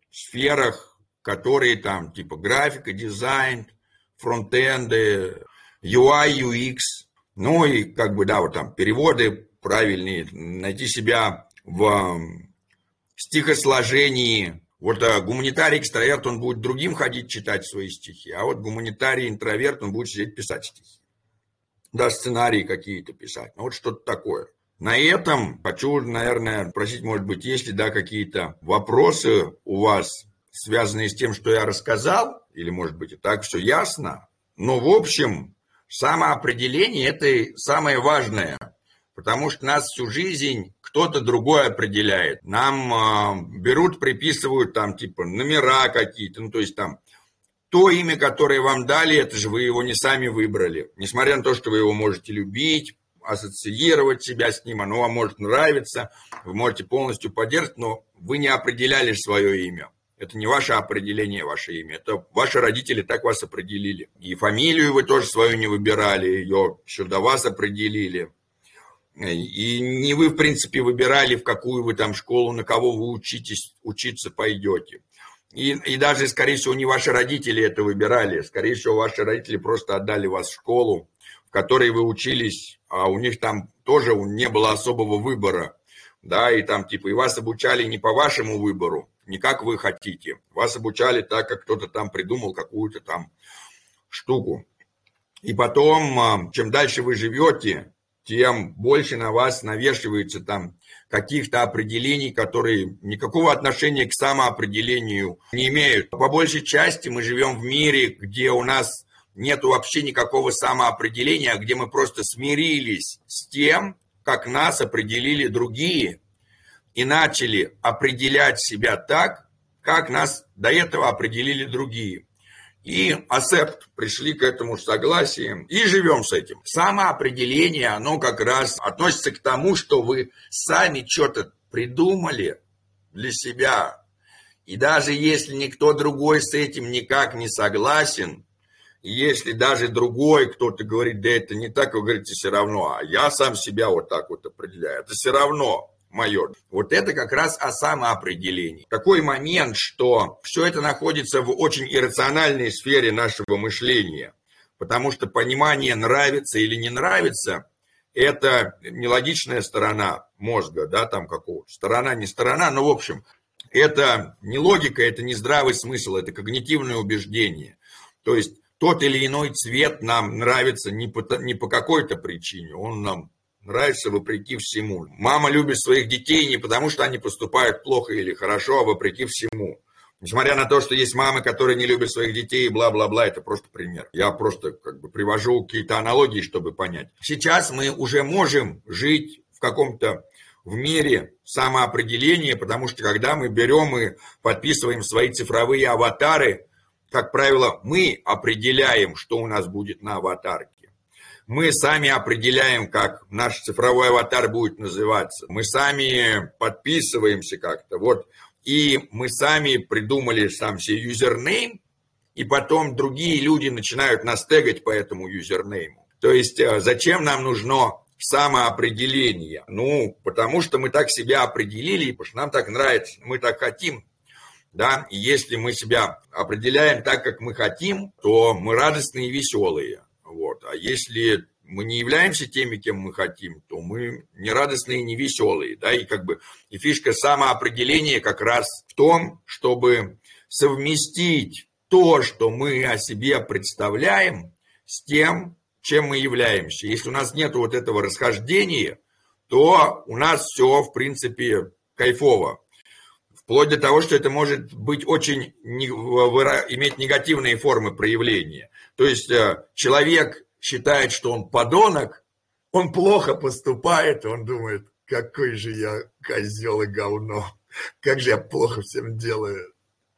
сферах, которые там типа графика, дизайн, фронтенды, UI, UX, ну и как бы, да, вот там переводы правильные, найти себя в стихосложении. Вот гуманитарий-экстраверт, он будет другим ходить читать свои стихи, а вот гуманитарий-интроверт, он будет сидеть писать стихи. Да, сценарии какие-то писать, ну вот что-то такое. На этом хочу, наверное, спросить, может быть, есть ли, да, какие-то вопросы у вас, связанные с тем, что я рассказал, или, может быть, и так все ясно. Но, в общем, самоопределение – это самое важное, потому что нас всю жизнь кто-то другой определяет. Нам берут, приписывают там типа номера какие-то, ну то есть там то имя, которое вам дали, это же вы его не сами выбрали. Несмотря на то, что вы его можете любить, ассоциировать себя с ним, оно вам может нравиться, вы можете полностью поддерживать, но вы не определяли свое имя. Это не ваше определение, ваше имя. Это ваши родители так вас определили. И фамилию вы тоже свою не выбирали, ее еще до вас определили. И не вы, в принципе, выбирали, в какую вы там школу, на кого вы учиться пойдете. И даже, скорее всего, не ваши родители это выбирали. Скорее всего, ваши родители просто отдали вас в школу, в которой вы учились, а у них там тоже не было особого выбора. Да, и там типа и вас обучали не по вашему выбору, не как вы хотите. Вас обучали так, как кто-то там придумал какую-то там штуку. И потом, чем дальше вы живете, тем больше на вас навешивается там каких-то определений, которые никакого отношения к самоопределению не имеют. По большей части мы живем в мире, где у нас нет вообще никакого самоопределения, где мы просто смирились с тем, как нас определили другие, и начали определять себя так, как нас до этого определили другие. И пришли к этому согласию и живем с этим. Самоопределение, оно как раз относится к тому, что вы сами что-то придумали для себя. И даже если никто другой с этим никак не согласен, и если даже другой кто-то говорит, да это не так, вы говорите, все равно, а я сам себя вот так вот определяю, это все равно мое. Вот это как раз о самоопределении. Такой момент, что все это находится в очень иррациональной сфере нашего мышления, потому что понимание нравится или не нравится, это нелогичная сторона мозга, да, там какого-то, сторона, не сторона, но в общем, это не логика, это не здравый смысл, это когнитивное убеждение. То есть тот или иной цвет нам нравится не по какой-то причине, он нам нравится вопреки всему. Мама любит своих детей не потому, что они поступают плохо или хорошо, а вопреки всему. Несмотря на то, что есть мамы, которые не любят своих детей и бла-бла-бла, это просто пример. Я просто привожу какие-то аналогии, чтобы понять. Сейчас мы уже можем жить в каком-то в мире самоопределения, потому что когда мы берем и подписываем свои цифровые аватары, как правило, мы определяем, что у нас будет на аватарке. Мы сами определяем, как наш цифровой аватар будет называться. Мы сами подписываемся как-то. Вот. И мы сами придумали сам себе юзернейм, и потом другие люди начинают нас тегать по этому юзернейму. То есть зачем нам нужно самоопределение? Ну, потому что мы так себя определили, потому что нам так нравится, мы так хотим. Да? И если мы себя определяем так, как мы хотим, то мы радостные и веселые. Вот. А если мы не являемся теми, кем мы хотим, то мы не радостные и не веселые. Да? И фишка самоопределения как раз в том, чтобы совместить то, что мы о себе представляем, с тем, чем мы являемся. Если у нас нет вот этого расхождения, то у нас все, в принципе, кайфово. Вплоть до того, что это может быть очень иметь негативные формы проявления. То есть человек считает, что он подонок, он плохо поступает, он думает, какой же я козел и говно, как же я плохо всем делаю.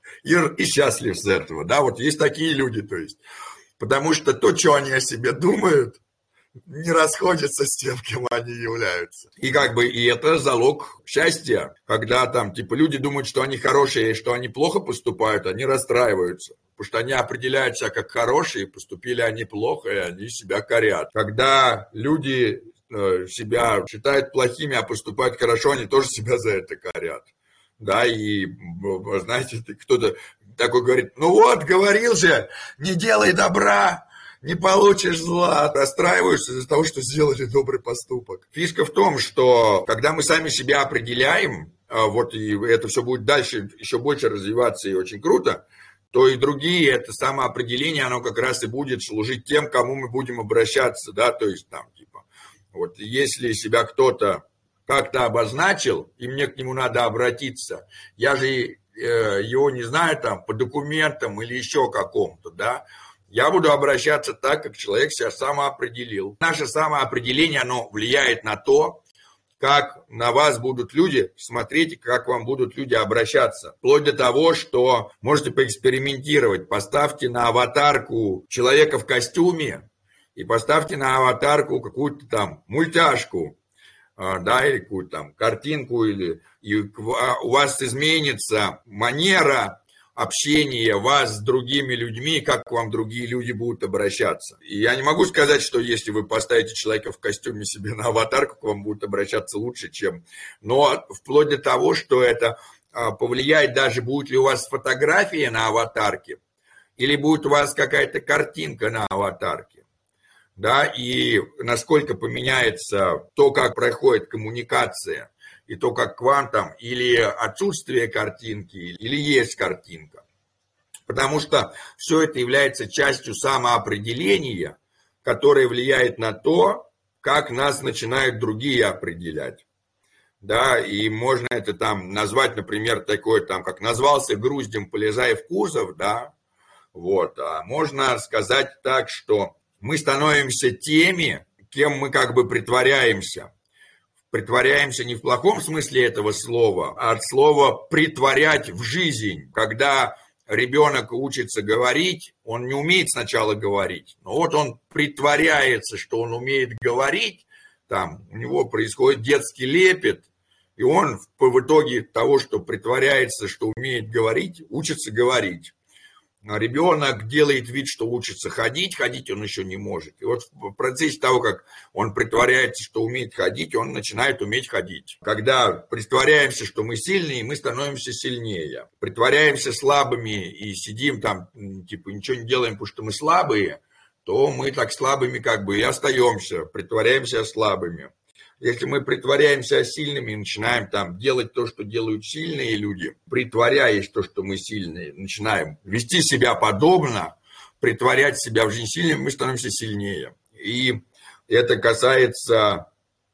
И счастлив с этого. Да, вот есть такие люди, то есть. Потому что то, что они о себе думают, не расходится с тем, кем они являются. И это залог счастья, когда там люди думают, что они хорошие, что они плохо поступают, они расстраиваются, потому что они определяют себя как хорошие, поступили они плохо, и они себя корят. Когда люди себя считают плохими, а поступают хорошо, они тоже себя за это корят. Да, и, знаете, кто-то такой говорит, ну вот, говорил же, не делай добра, не получишь зла, расстраиваешься из-за того, что сделали добрый поступок. Фишка в том, что когда мы сами себя определяем, вот и это все будет дальше еще больше развиваться и очень круто, то и другие, это самоопределение, оно как раз и будет служить тем, к кому мы будем обращаться, да, то есть там, типа, вот если себя кто-то как-то обозначил, и мне к нему надо обратиться, я же его не знаю там по документам или еще какому-то, да, я буду обращаться так, как человек себя самоопределил. Наше самоопределение, оно влияет на то, как на вас будут люди смотреть, как к вам будут люди обращаться. Вплоть до того, что можете поэкспериментировать. Поставьте на аватарку человека в костюме и поставьте на аватарку какую-то там мультяшку, да, или какую-то там картинку, и у вас изменится манера общения вас с другими людьми, как к вам другие люди будут обращаться. И я не могу сказать, что если вы поставите человека в костюме себе на аватарку, к вам будут обращаться лучше, чем... Но вплоть до того, что это повлияет даже, будет ли у вас фотография на аватарке, или будет у вас какая-то картинка на аватарке. Да, и насколько поменяется то, как проходит коммуникация, и то, как к вам там, или отсутствие картинки, или есть картинка. Потому что все это является частью самоопределения, которое влияет на то, как нас начинают другие определять. Да, и можно это там назвать, например, такое там, как назвался груздем, полезай в кузов, да, вот. А можно сказать так, что мы становимся теми, кем мы как бы притворяемся. Притворяемся не в плохом смысле этого слова, а от слова «притворять в жизнь». Когда ребенок учится говорить, он не умеет сначала говорить, но вот он притворяется, что он умеет говорить, там у него происходит детский лепет, и он в итоге того, что притворяется, что умеет говорить, учится говорить. Ребенок делает вид, что учится ходить, ходить он еще не может. И вот в процессе того, как он притворяется, что умеет ходить, он начинает уметь ходить. Когда притворяемся, что мы сильные, мы становимся сильнее. Притворяемся слабыми и сидим там, типа ничего не делаем, потому что мы слабые, то мы так слабыми как бы и остаемся, притворяемся слабыми. Если мы притворяемся сильными и начинаем там делать то, что делают сильные люди, притворяясь то, что мы сильные, начинаем вести себя подобно, притворять себя в жизнь сильным, мы становимся сильнее. И это касается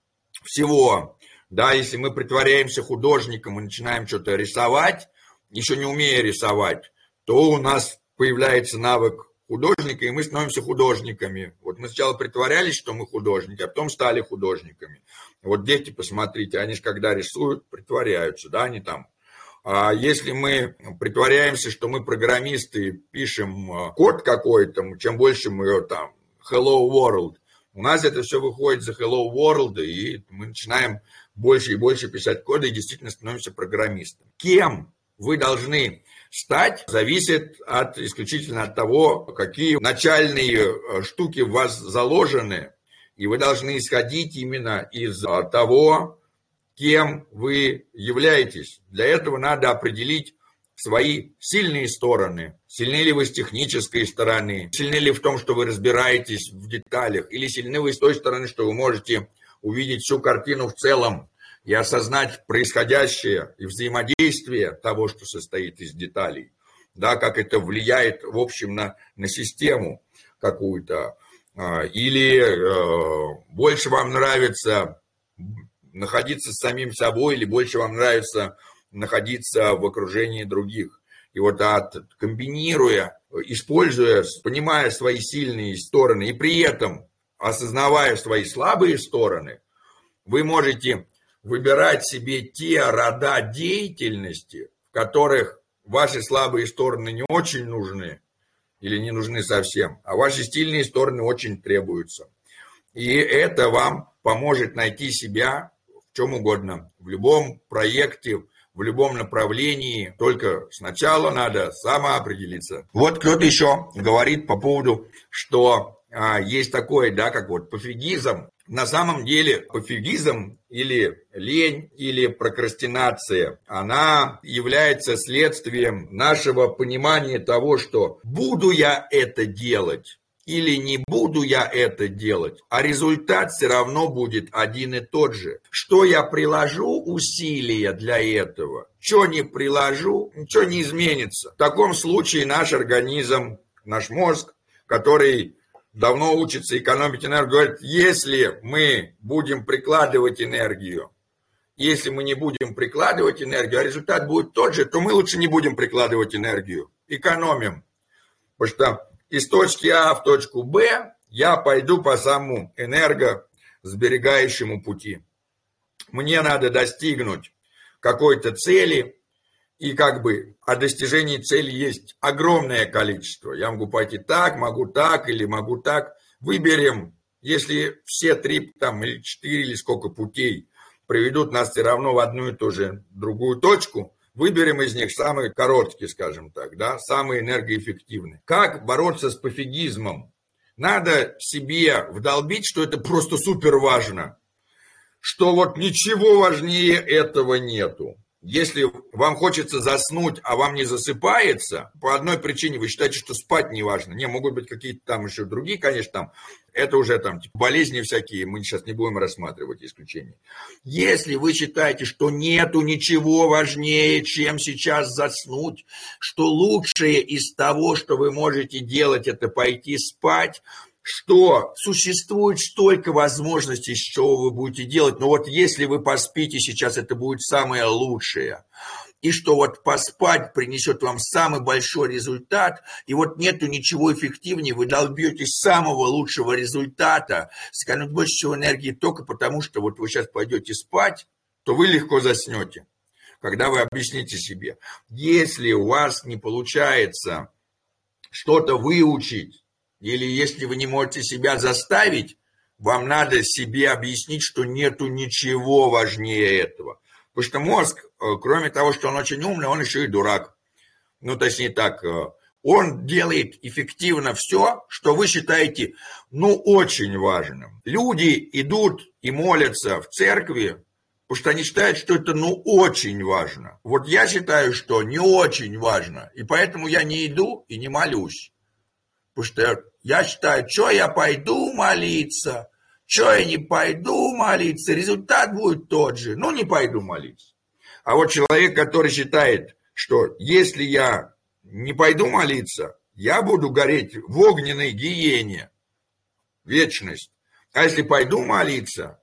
всего. Да, если мы притворяемся художником и начинаем что-то рисовать, еще не умея рисовать, то у нас появляется навык художника, и мы становимся художниками. Вот мы сначала притворялись, что мы художники, а потом стали художниками. Вот дети, посмотрите, они же когда рисуют, притворяются, да, они там. А если мы притворяемся, что мы программисты, пишем код какой-то, чем больше мы там Hello World, у нас это все выходит за Hello World, и мы начинаем больше и больше писать коды, и действительно становимся программистами. Кем вы должны стать, зависит исключительно от того, какие начальные штуки в вас заложены, и вы должны исходить именно из того, кем вы являетесь. Для этого надо определить свои сильные стороны. Сильны ли вы с технической стороны, сильны ли в том, что вы разбираетесь в деталях, или сильны вы с той стороны, что вы можете увидеть всю картину в целом, и осознать происходящее и взаимодействие того, что состоит из деталей, да, как это влияет, в общем, на систему какую-то. Или больше вам нравится находиться с самим собой, или больше вам нравится находиться в окружении других. И вот комбинируя, используя, понимая свои сильные стороны и при этом осознавая свои слабые стороны, вы можете выбирать себе те рода деятельности, в которых ваши слабые стороны не очень нужны или не нужны совсем, а ваши сильные стороны очень требуются. И это вам поможет найти себя в чем угодно, в любом проекте, в любом направлении. Только сначала надо самоопределиться. Вот кто-то еще говорит по поводу, что есть такое, да, как вот пофигизм. На самом деле пофигизм или лень, или прокрастинация, она является следствием нашего понимания того, что буду я это делать или не буду я это делать, а результат все равно будет один и тот же. Что я приложу усилия для этого, что не приложу, ничего не изменится. В таком случае наш организм, наш мозг, который давно учится экономить энергию, говорит, если мы будем прикладывать энергию, если мы не будем прикладывать энергию, а результат будет тот же, то мы лучше не будем прикладывать энергию, экономим. Потому что из точки А в точку Б я пойду по самому энергосберегающему пути. Мне надо достигнуть какой-то цели, и о достижении цели есть огромное количество. Я могу пойти так, могу так или могу так. Выберем, если все 3 или 4 или сколько путей приведут нас все равно в одну и ту же другую точку, выберем из них самые короткие, скажем так, да, самые энергоэффективные. Как бороться с пофигизмом? Надо себе вдолбить, что это просто супер важно, что вот ничего важнее этого нету. Если вам хочется заснуть, а вам не засыпается, по одной причине вы считаете, что спать не важно. Не, могут быть какие-то там еще другие, конечно, там, это уже там типа болезни всякие, мы сейчас не будем рассматривать исключения. Если вы считаете, что нету ничего важнее, чем сейчас заснуть, что лучшее из того, что вы можете делать, это пойти спать, что существует столько возможностей, что вы будете делать, но вот если вы поспите сейчас, это будет самое лучшее. И что вот поспать принесет вам самый большой результат, и вот нету ничего эффективнее, вы добьетесь самого лучшего результата, сэкономить больше всего энергии только потому, что вот вы сейчас пойдете спать, то вы легко заснете. Когда вы объясните себе, если у вас не получается что-то выучить, или если вы не можете себя заставить, вам надо себе объяснить, что нету ничего важнее этого. Потому что мозг, кроме того, что он очень умный, он еще и дурак. Ну, точнее так, он делает эффективно все, что вы считаете, очень важным. Люди идут и молятся в церкви, потому что они считают, что это, очень важно. Вот я считаю, что не очень важно, и поэтому я не иду и не молюсь. Потому что я считаю, что я пойду молиться, что я не пойду молиться, результат будет тот же, не пойду молиться. А вот человек, который считает, что если я не пойду молиться, я буду гореть в огненной гиене, вечность. А если пойду молиться,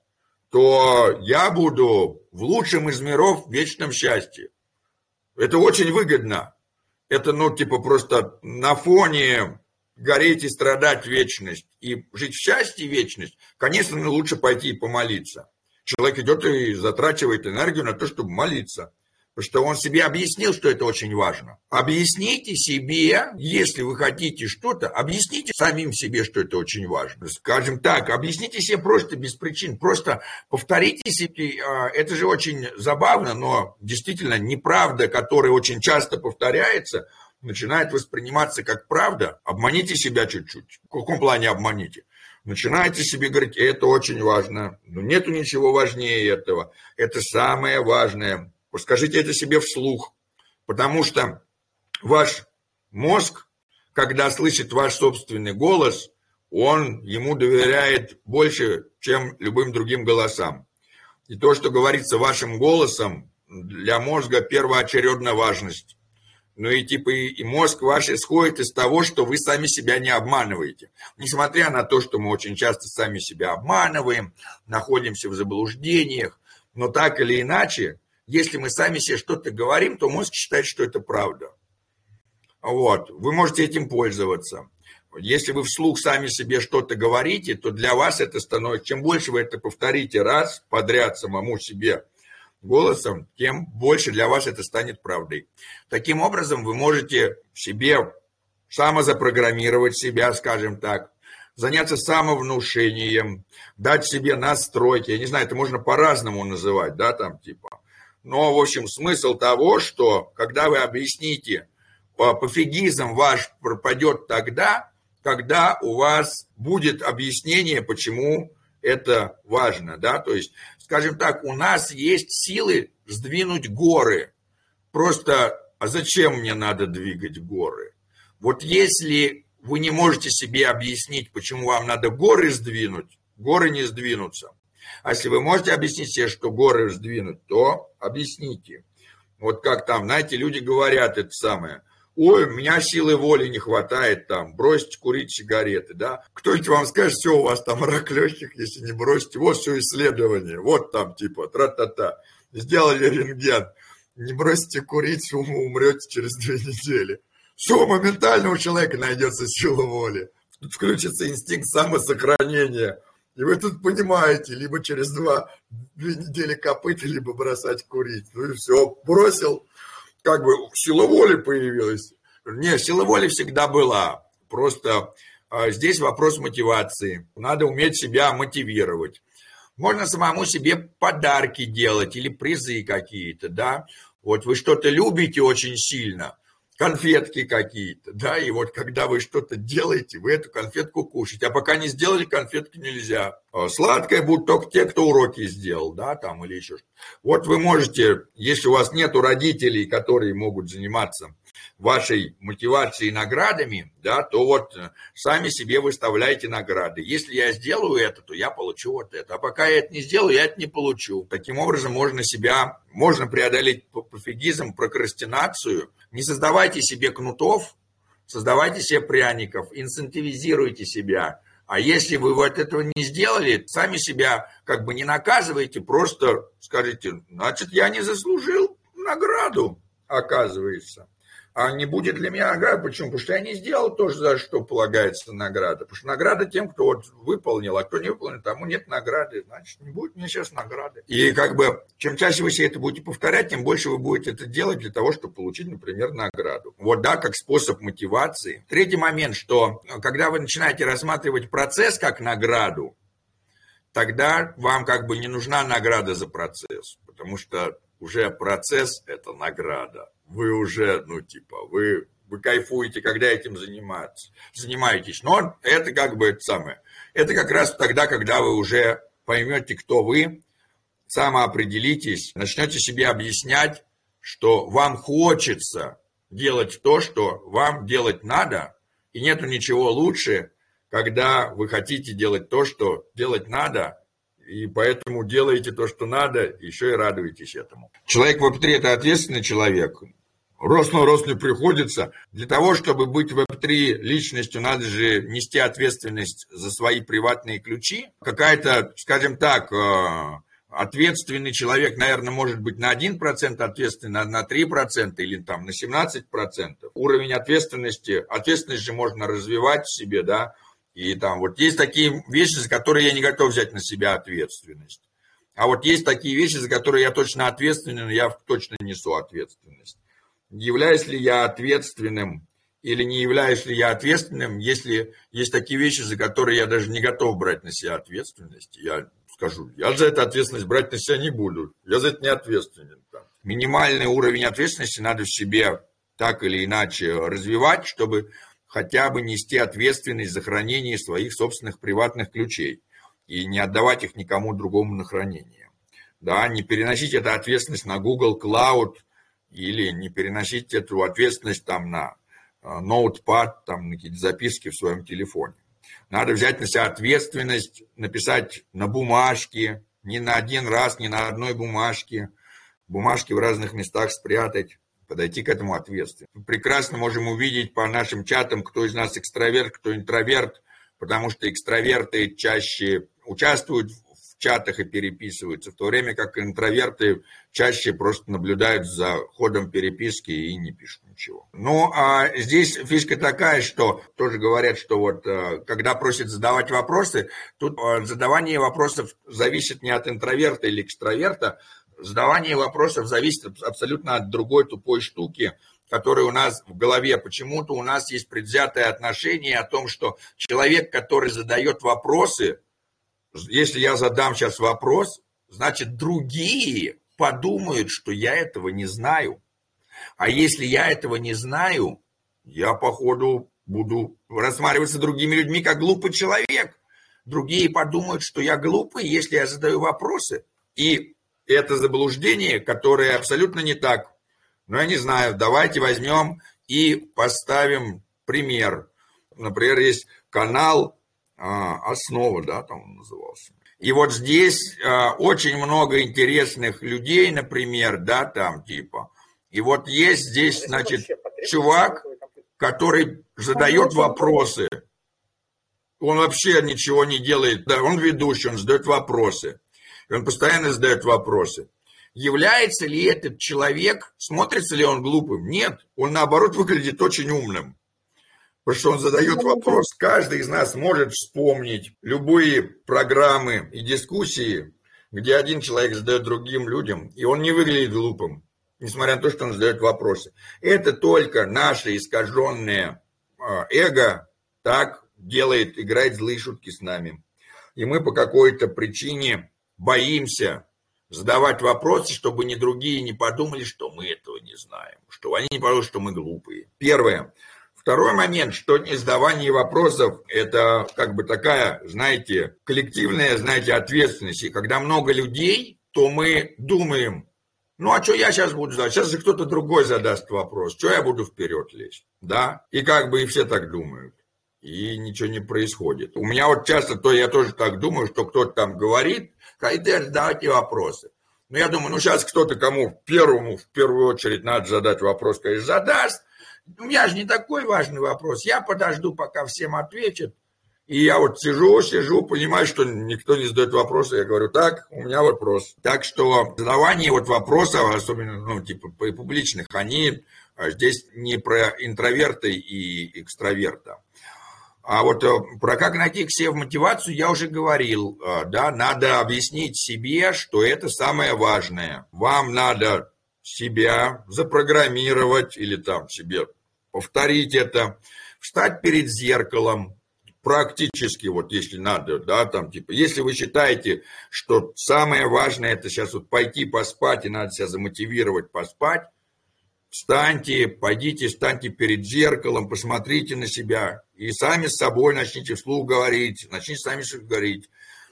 то я буду в лучшем из миров в вечном счастье. Это очень выгодно. Это, просто на фоне гореть и страдать вечность и жить в счастье вечность, конечно, лучше пойти и помолиться. Человек идет и затрачивает энергию на то, чтобы молиться. Потому что он себе объяснил, что это очень важно. Объясните себе, если вы хотите что-то, объясните самим себе, что это очень важно. Скажем так, объясните себе просто без причин. Просто повторите себе. Это же очень забавно, но действительно неправда, которая очень часто повторяется, начинает восприниматься как правда. Обманите себя чуть-чуть. В каком плане обманите? Начинаете себе говорить, это очень важно. Но нету ничего важнее этого. Это самое важное. Скажите это себе вслух. Потому что ваш мозг, когда слышит ваш собственный голос, он ему доверяет больше, чем любым другим голосам. И то, что говорится вашим голосом, для мозга первоочередная важность. И мозг ваш исходит из того, что вы сами себя не обманываете. Несмотря на то, что мы очень часто сами себя обманываем, находимся в заблуждениях, но так или иначе, если мы сами себе что-то говорим, то мозг считает, что это правда. Вот. Вы можете этим пользоваться. Если вы вслух сами себе что-то говорите, то для вас это становится... Чем больше вы это повторите раз подряд самому себе голосом, тем больше для вас это станет правдой. Таким образом, вы можете себе самозапрограммировать себя, скажем так, заняться самовнушением, дать себе настройки. Я не знаю, это можно по-разному называть, Но, в общем, смысл того, что когда вы объясните, пофигизм ваш пропадет тогда, когда у вас будет объяснение, почему это важно, То есть, скажем так, у нас есть силы сдвинуть горы. Просто, а зачем мне надо двигать горы? Вот если вы не можете себе объяснить, почему вам надо горы сдвинуть, горы не сдвинутся. А если вы можете объяснить себе, что горы сдвинуть, то объясните. Вот как там, знаете, люди говорят это самое. Ой, у меня силы воли не хватает там, бросьте курить сигареты, да. Кто-нибудь вам скажет, все, у вас там рак легких, если не бросите. Вот все исследование, вот там типа тра-та-та. Сделали рентген. Не бросите курить, умрете через 2 недели. Все, моментально у человека найдется сила воли. Тут включится инстинкт самосохранения. И вы тут понимаете, либо через 2 недели копыта, либо бросать курить. Ну и все, бросил, как бы сила воли появилась. Не, сила воли всегда была. Просто здесь вопрос мотивации. Надо уметь себя мотивировать. Можно самому себе подарки делать или призы какие-то, да. Вот вы что-то любите очень сильно, конфетки какие-то, да, и вот когда вы что-то делаете, вы эту конфетку кушаете, а пока не сделали, конфетки нельзя. Сладкое будут только те, кто уроки сделал, да, там или еще что-то. Вот вы можете, если у вас нету родителей, которые могут заниматься вашей мотивацией и наградами, да, то вот сами себе выставляйте награды. Если я сделаю это, то я получу вот это. А пока я это не сделаю, я это не получу. Таким образом можно преодолеть пофигизм, прокрастинацию. Не создавайте себе кнутов, создавайте себе пряников, инцентивизируйте себя. А если вы вот этого не сделали, сами себя как бы не наказываете, просто скажите, значит, я не заслужил награду, оказывается. А не будет для меня награды. Почему? Потому что я не сделал то, за что полагается награда. Потому что награда тем, кто вот выполнил, а кто не выполнил, тому нет награды. Значит, не будет мне сейчас награды. И как бы, чем чаще вы себе это будете повторять, тем больше вы будете это делать для того, чтобы получить, например, награду. Вот, да, как способ мотивации. Третий момент, что когда вы начинаете рассматривать процесс как награду, тогда вам как бы не нужна награда за процесс. Потому что уже процесс – это награда. Вы уже, вы кайфуете, когда этим занимаетесь. Но это как бы это как раз тогда, когда вы уже поймете, кто вы, самоопределитесь, начнете себе объяснять, что вам хочется делать то, что вам делать надо, и нету ничего лучше, когда вы хотите делать то, что делать надо, и поэтому делаете то, что надо, еще и радуетесь этому. Человек в Web3 – это ответственный человек. Рост не приходится. Для того, чтобы быть в Web3 личностью, надо же нести ответственность за свои приватные ключи. Какая-то, скажем так, ответственный человек, наверное, может быть на 1% ответственный, на 3% или там на 17%. Уровень ответственность же можно развивать в себе, да. И там вот есть такие вещи, за которые я не готов взять на себя ответственность. А вот есть такие вещи, за которые я точно ответственен, я точно несу ответственность. Являюсь ли я ответственным или не являюсь ли я ответственным, если есть такие вещи, за которые я даже не готов брать на себя ответственность. Я скажу, я за это ответственность брать на себя не буду, я за это не ответственен. Минимальный уровень ответственности надо в себе так или иначе развивать, чтобы хотя бы нести ответственность за хранение своих собственных приватных ключей и не отдавать их никому другому на хранение. Да, не переносить эту ответственность на Google Cloud или не переносить эту ответственность там на ноутпад, там, на какие-то записки в своем телефоне. Надо взять на себя ответственность, написать на бумажке, не на один раз, не на одной бумажке, бумажки в разных местах спрятать. Подойти к этому ответственно. Мы прекрасно можем увидеть по нашим чатам, кто из нас экстраверт, кто интроверт, потому что экстраверты чаще участвуют в чатах и переписываются, в то время как интроверты чаще просто наблюдают за ходом переписки и не пишут ничего. Ну, а здесь фишка такая, что тоже говорят, что вот когда просят задавать вопросы, тут задавание вопросов зависит не от интроверта или экстраверта, задавание вопросов зависит абсолютно от другой тупой штуки, которая у нас в голове. Почему-то у нас есть предвзятое отношение о том, что человек, который задает вопросы, если я задам сейчас вопрос, значит, другие подумают, что я этого не знаю. А если я этого не знаю, я, походу, буду рассматриваться другими людьми как глупый человек. Другие подумают, что я глупый, если я задаю вопросы. И это заблуждение, которое абсолютно не так. Но я не знаю, давайте возьмем и поставим пример. например, есть канал «Основа», да, там он назывался. И вот здесь очень много интересных людей, например, да, там типа. И вот есть здесь, значит, чувак, который задает вопросы. Он вообще ничего не делает. Да, он ведущий, он задает вопросы. И он постоянно задает вопросы. Является ли этот человек, смотрится ли он глупым? Нет, он наоборот выглядит очень умным. Потому что он задает вопрос. Каждый из нас может вспомнить любые программы и дискуссии, где один человек задает другим людям, и он не выглядит глупым, несмотря на то, что он задает вопросы. Это только наше искаженное эго так делает, играет злые шутки с нами. И мы по какой-то причине боимся задавать вопросы, чтобы ни другие не подумали, что мы этого не знаем, чтобы они не подумали, что мы глупые. Первое. Второй момент, что незадавание вопросов – это как бы такая, знаете, коллективная, знаете, ответственность. И когда много людей, то мы думаем, ну а что я сейчас буду задавать? Сейчас же кто-то другой задаст вопрос. Что я буду вперед лезть? Да? И как бы и все так думают. И ничего не происходит. У меня вот часто, то я тоже так думаю, что кто-то там говорит, Хайдер, задавайте вопросы. Но я думаю, ну сейчас кто-то, кому в первую очередь надо задать вопрос, конечно, задаст. У меня же не такой важный вопрос. Я подожду, пока всем ответят. И я вот сижу, понимаю, что никто не задает вопросы. Я говорю, так, у меня вопрос. Так что задавание вот вопросов, особенно, ну, типа, публичных, они здесь не про интроверта и экстраверта. А вот про как найти к себе в мотивацию я уже говорил. Да, надо объяснить себе, что это самое важное. Вам надо себя запрограммировать или там себе повторить это, встать перед зеркалом, практически, вот если надо, да, там типа, если вы считаете, что самое важное это сейчас вот пойти поспать и надо себя замотивировать поспать, встаньте, пойдите, встаньте перед зеркалом, посмотрите на себя и сами с собой начните вслух говорить, начните сами говорить.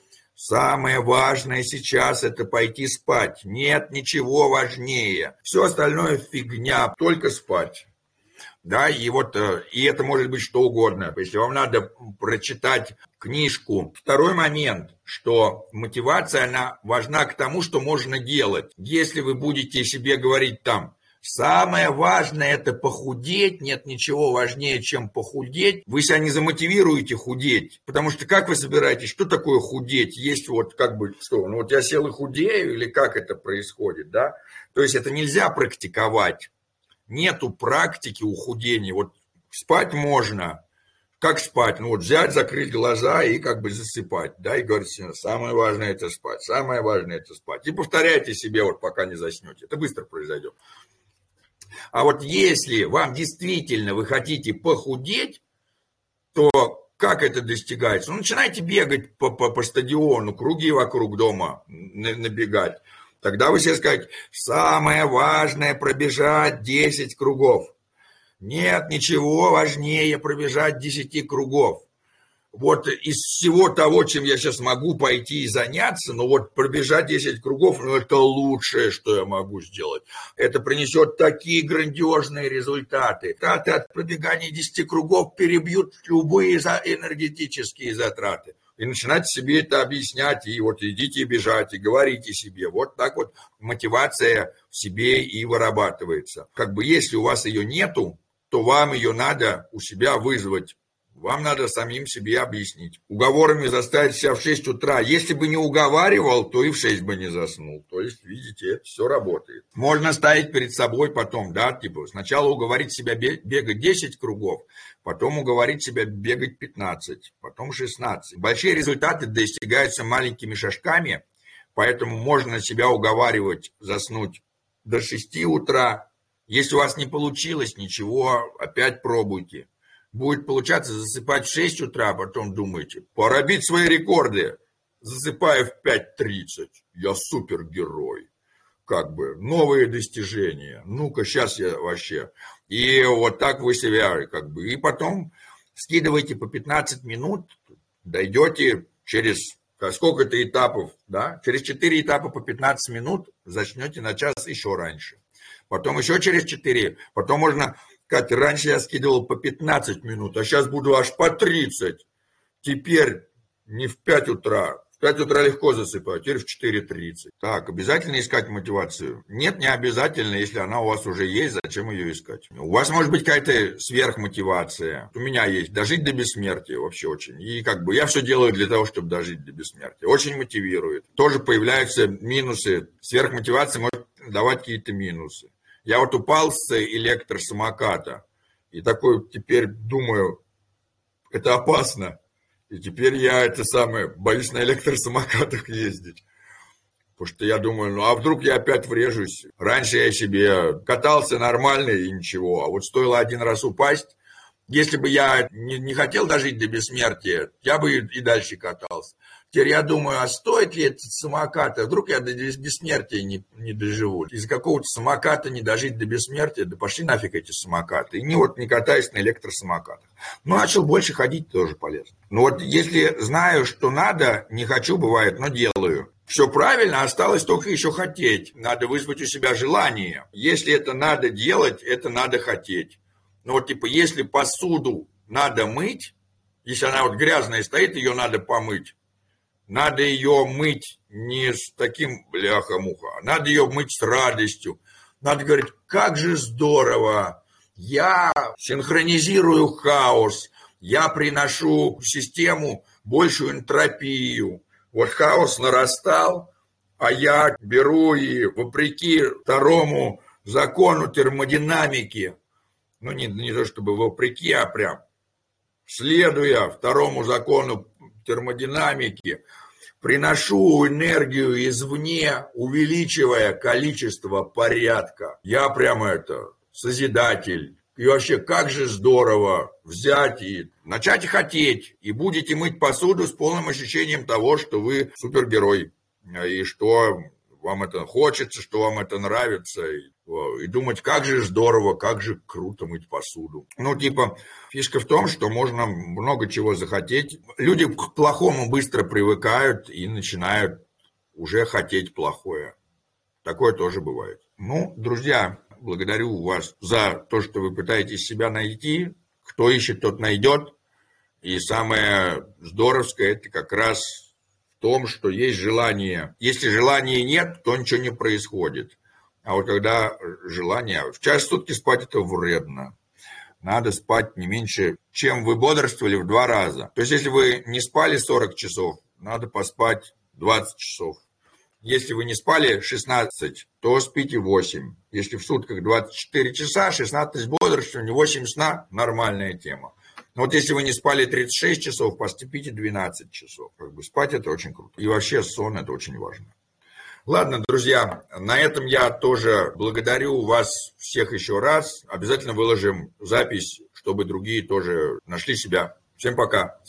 Самое важное сейчас это пойти спать. Нет ничего важнее. Все остальное фигня, только спать. Да, и вот, и это может быть что угодно. Если вам надо прочитать книжку. Второй момент, что мотивация, она важна к тому, что можно делать. Если вы будете себе говорить там, самое важное это похудеть, нет ничего важнее, чем похудеть, вы себя не замотивируете худеть. Потому что как вы собираетесь, что такое худеть? Есть вот как бы, что, ну вот я сел и худею, или как это происходит, да? То есть это нельзя практиковать. Нету практики ухудения. Вот спать можно. Как спать? Ну вот взять, закрыть глаза и как бы засыпать. Да, и говорить себе, самое важное это спать. Самое важное это спать. И повторяйте себе, вот пока не заснете. Это быстро произойдет. А вот если вам действительно вы хотите похудеть, то как это достигается? Ну, начинайте бегать по стадиону, круги вокруг дома набегать. Тогда вы себе скажете, самое важное пробежать 10 кругов. Нет ничего важнее пробежать 10 кругов. Вот из всего того, чем я сейчас могу пойти и заняться, ну вот пробежать 10 кругов, ну это лучшее, что я могу сделать. Это принесет такие грандиозные результаты. Траты от пробегания 10 кругов перебьют любые энергетические затраты. И начинать себе это объяснять, и вот идите бежать, и говорите себе. Вот так вот мотивация в себе и вырабатывается. Как бы если у вас ее нету, то вам ее надо у себя вызвать. Вам надо самим себе объяснить. Уговорами заставить себя в 6 утра. Если бы не уговаривал, то и в 6 бы не заснул. То есть, видите, это все работает. Можно ставить перед собой потом, да, типа сначала уговорить себя бегать 10 кругов, потом уговорить себя бегать 15, потом 16. Большие результаты достигаются маленькими шажками, поэтому можно себя уговаривать заснуть до 6 утра. Если у вас не получилось, ничего, опять пробуйте. Будет получаться засыпать в 6 утра, а потом думаете, пора бить свои рекорды. Засыпаю в 5:30. Я супергерой. Как бы новые достижения. Ну-ка, сейчас я вообще. И вот так вы себя как бы. И потом скидывайте по 15 минут, дойдете через сколько-то этапов, да? Через 4 этапа по 15 минут зачнете на час еще раньше. Потом еще через 4. Потом можно Катя, раньше я скидывал по 15 минут, а сейчас буду аж по 30. Теперь не в 5 утра. В 5 утра легко засыпаю, теперь в 4:30. Так, обязательно искать мотивацию? Нет, не обязательно, если она у вас уже есть, зачем ее искать? У вас может быть какая-то сверхмотивация. У меня есть. Дожить до бессмертия вообще очень. И как бы я все делаю для того, чтобы дожить до бессмертия. Очень мотивирует. Тоже появляются минусы. Сверхмотивация может давать какие-то минусы. Я вот упал с электросамоката. И такой теперь думаю, это опасно. И теперь я боюсь на электросамокатах ездить. Потому что я думаю, ну а вдруг я опять врежусь. Раньше я себе катался нормально и ничего. А вот стоило один раз упасть. Если бы я не хотел дожить до бессмертия, я бы и дальше катался. Теперь я думаю, а стоит ли этот самокат? А вдруг я до бессмертия не доживу? Из-за какого-то самоката не дожить до бессмертия? Да пошли нафиг эти самокаты. И не катаюсь на электросамокатах. Ну, начал больше ходить, тоже полезно. Но вот если знаю, что надо, не хочу, бывает, но делаю. Все правильно, осталось только еще хотеть. Надо вызвать у себя желание. Если это надо делать, это надо хотеть. Ну вот типа, если посуду надо мыть, если она вот грязная стоит, ее надо помыть. Надо ее мыть не с таким бляха-муха, а надо ее мыть с радостью. Надо говорить, как же здорово, я синхронизирую хаос, я приношу в систему большую энтропию. Вот хаос нарастал, а я беру и вопреки второму закону термодинамики, ну не то чтобы вопреки, а прям следуя второму закону термодинамики, приношу энергию извне, увеличивая количество порядка. Я прямо созидатель. И вообще, как же здорово взять и начать хотеть. И будете мыть посуду с полным ощущением того, что вы супергерой. И что вам это хочется, что вам это нравится. И думать, как же здорово, как же круто мыть посуду. Ну, типа, фишка в том, что можно много чего захотеть. Люди к плохому быстро привыкают и начинают уже хотеть плохое. Такое тоже бывает. Ну, друзья, благодарю вас за то, что вы пытаетесь себя найти. Кто ищет, тот найдет. И самое здоровское, это как раз в том, что есть желание. Если желания нет, то ничего не происходит. А вот когда желание... В час в сутки спать это вредно. Надо спать не меньше, чем вы бодрствовали в 2 раза. То есть, если вы не спали 40 часов, надо поспать 20 часов. Если вы не спали 16, то спите 8. Если в сутках 24 часа, 16 бодрствования, 8 сна – нормальная тема. Но вот если вы не спали 36 часов, поспите 12 часов. Как бы спать это очень круто. И вообще сон это очень важно. Ладно, друзья, на этом я тоже благодарю вас всех еще раз. Обязательно выложим запись, чтобы другие тоже нашли себя. Всем пока.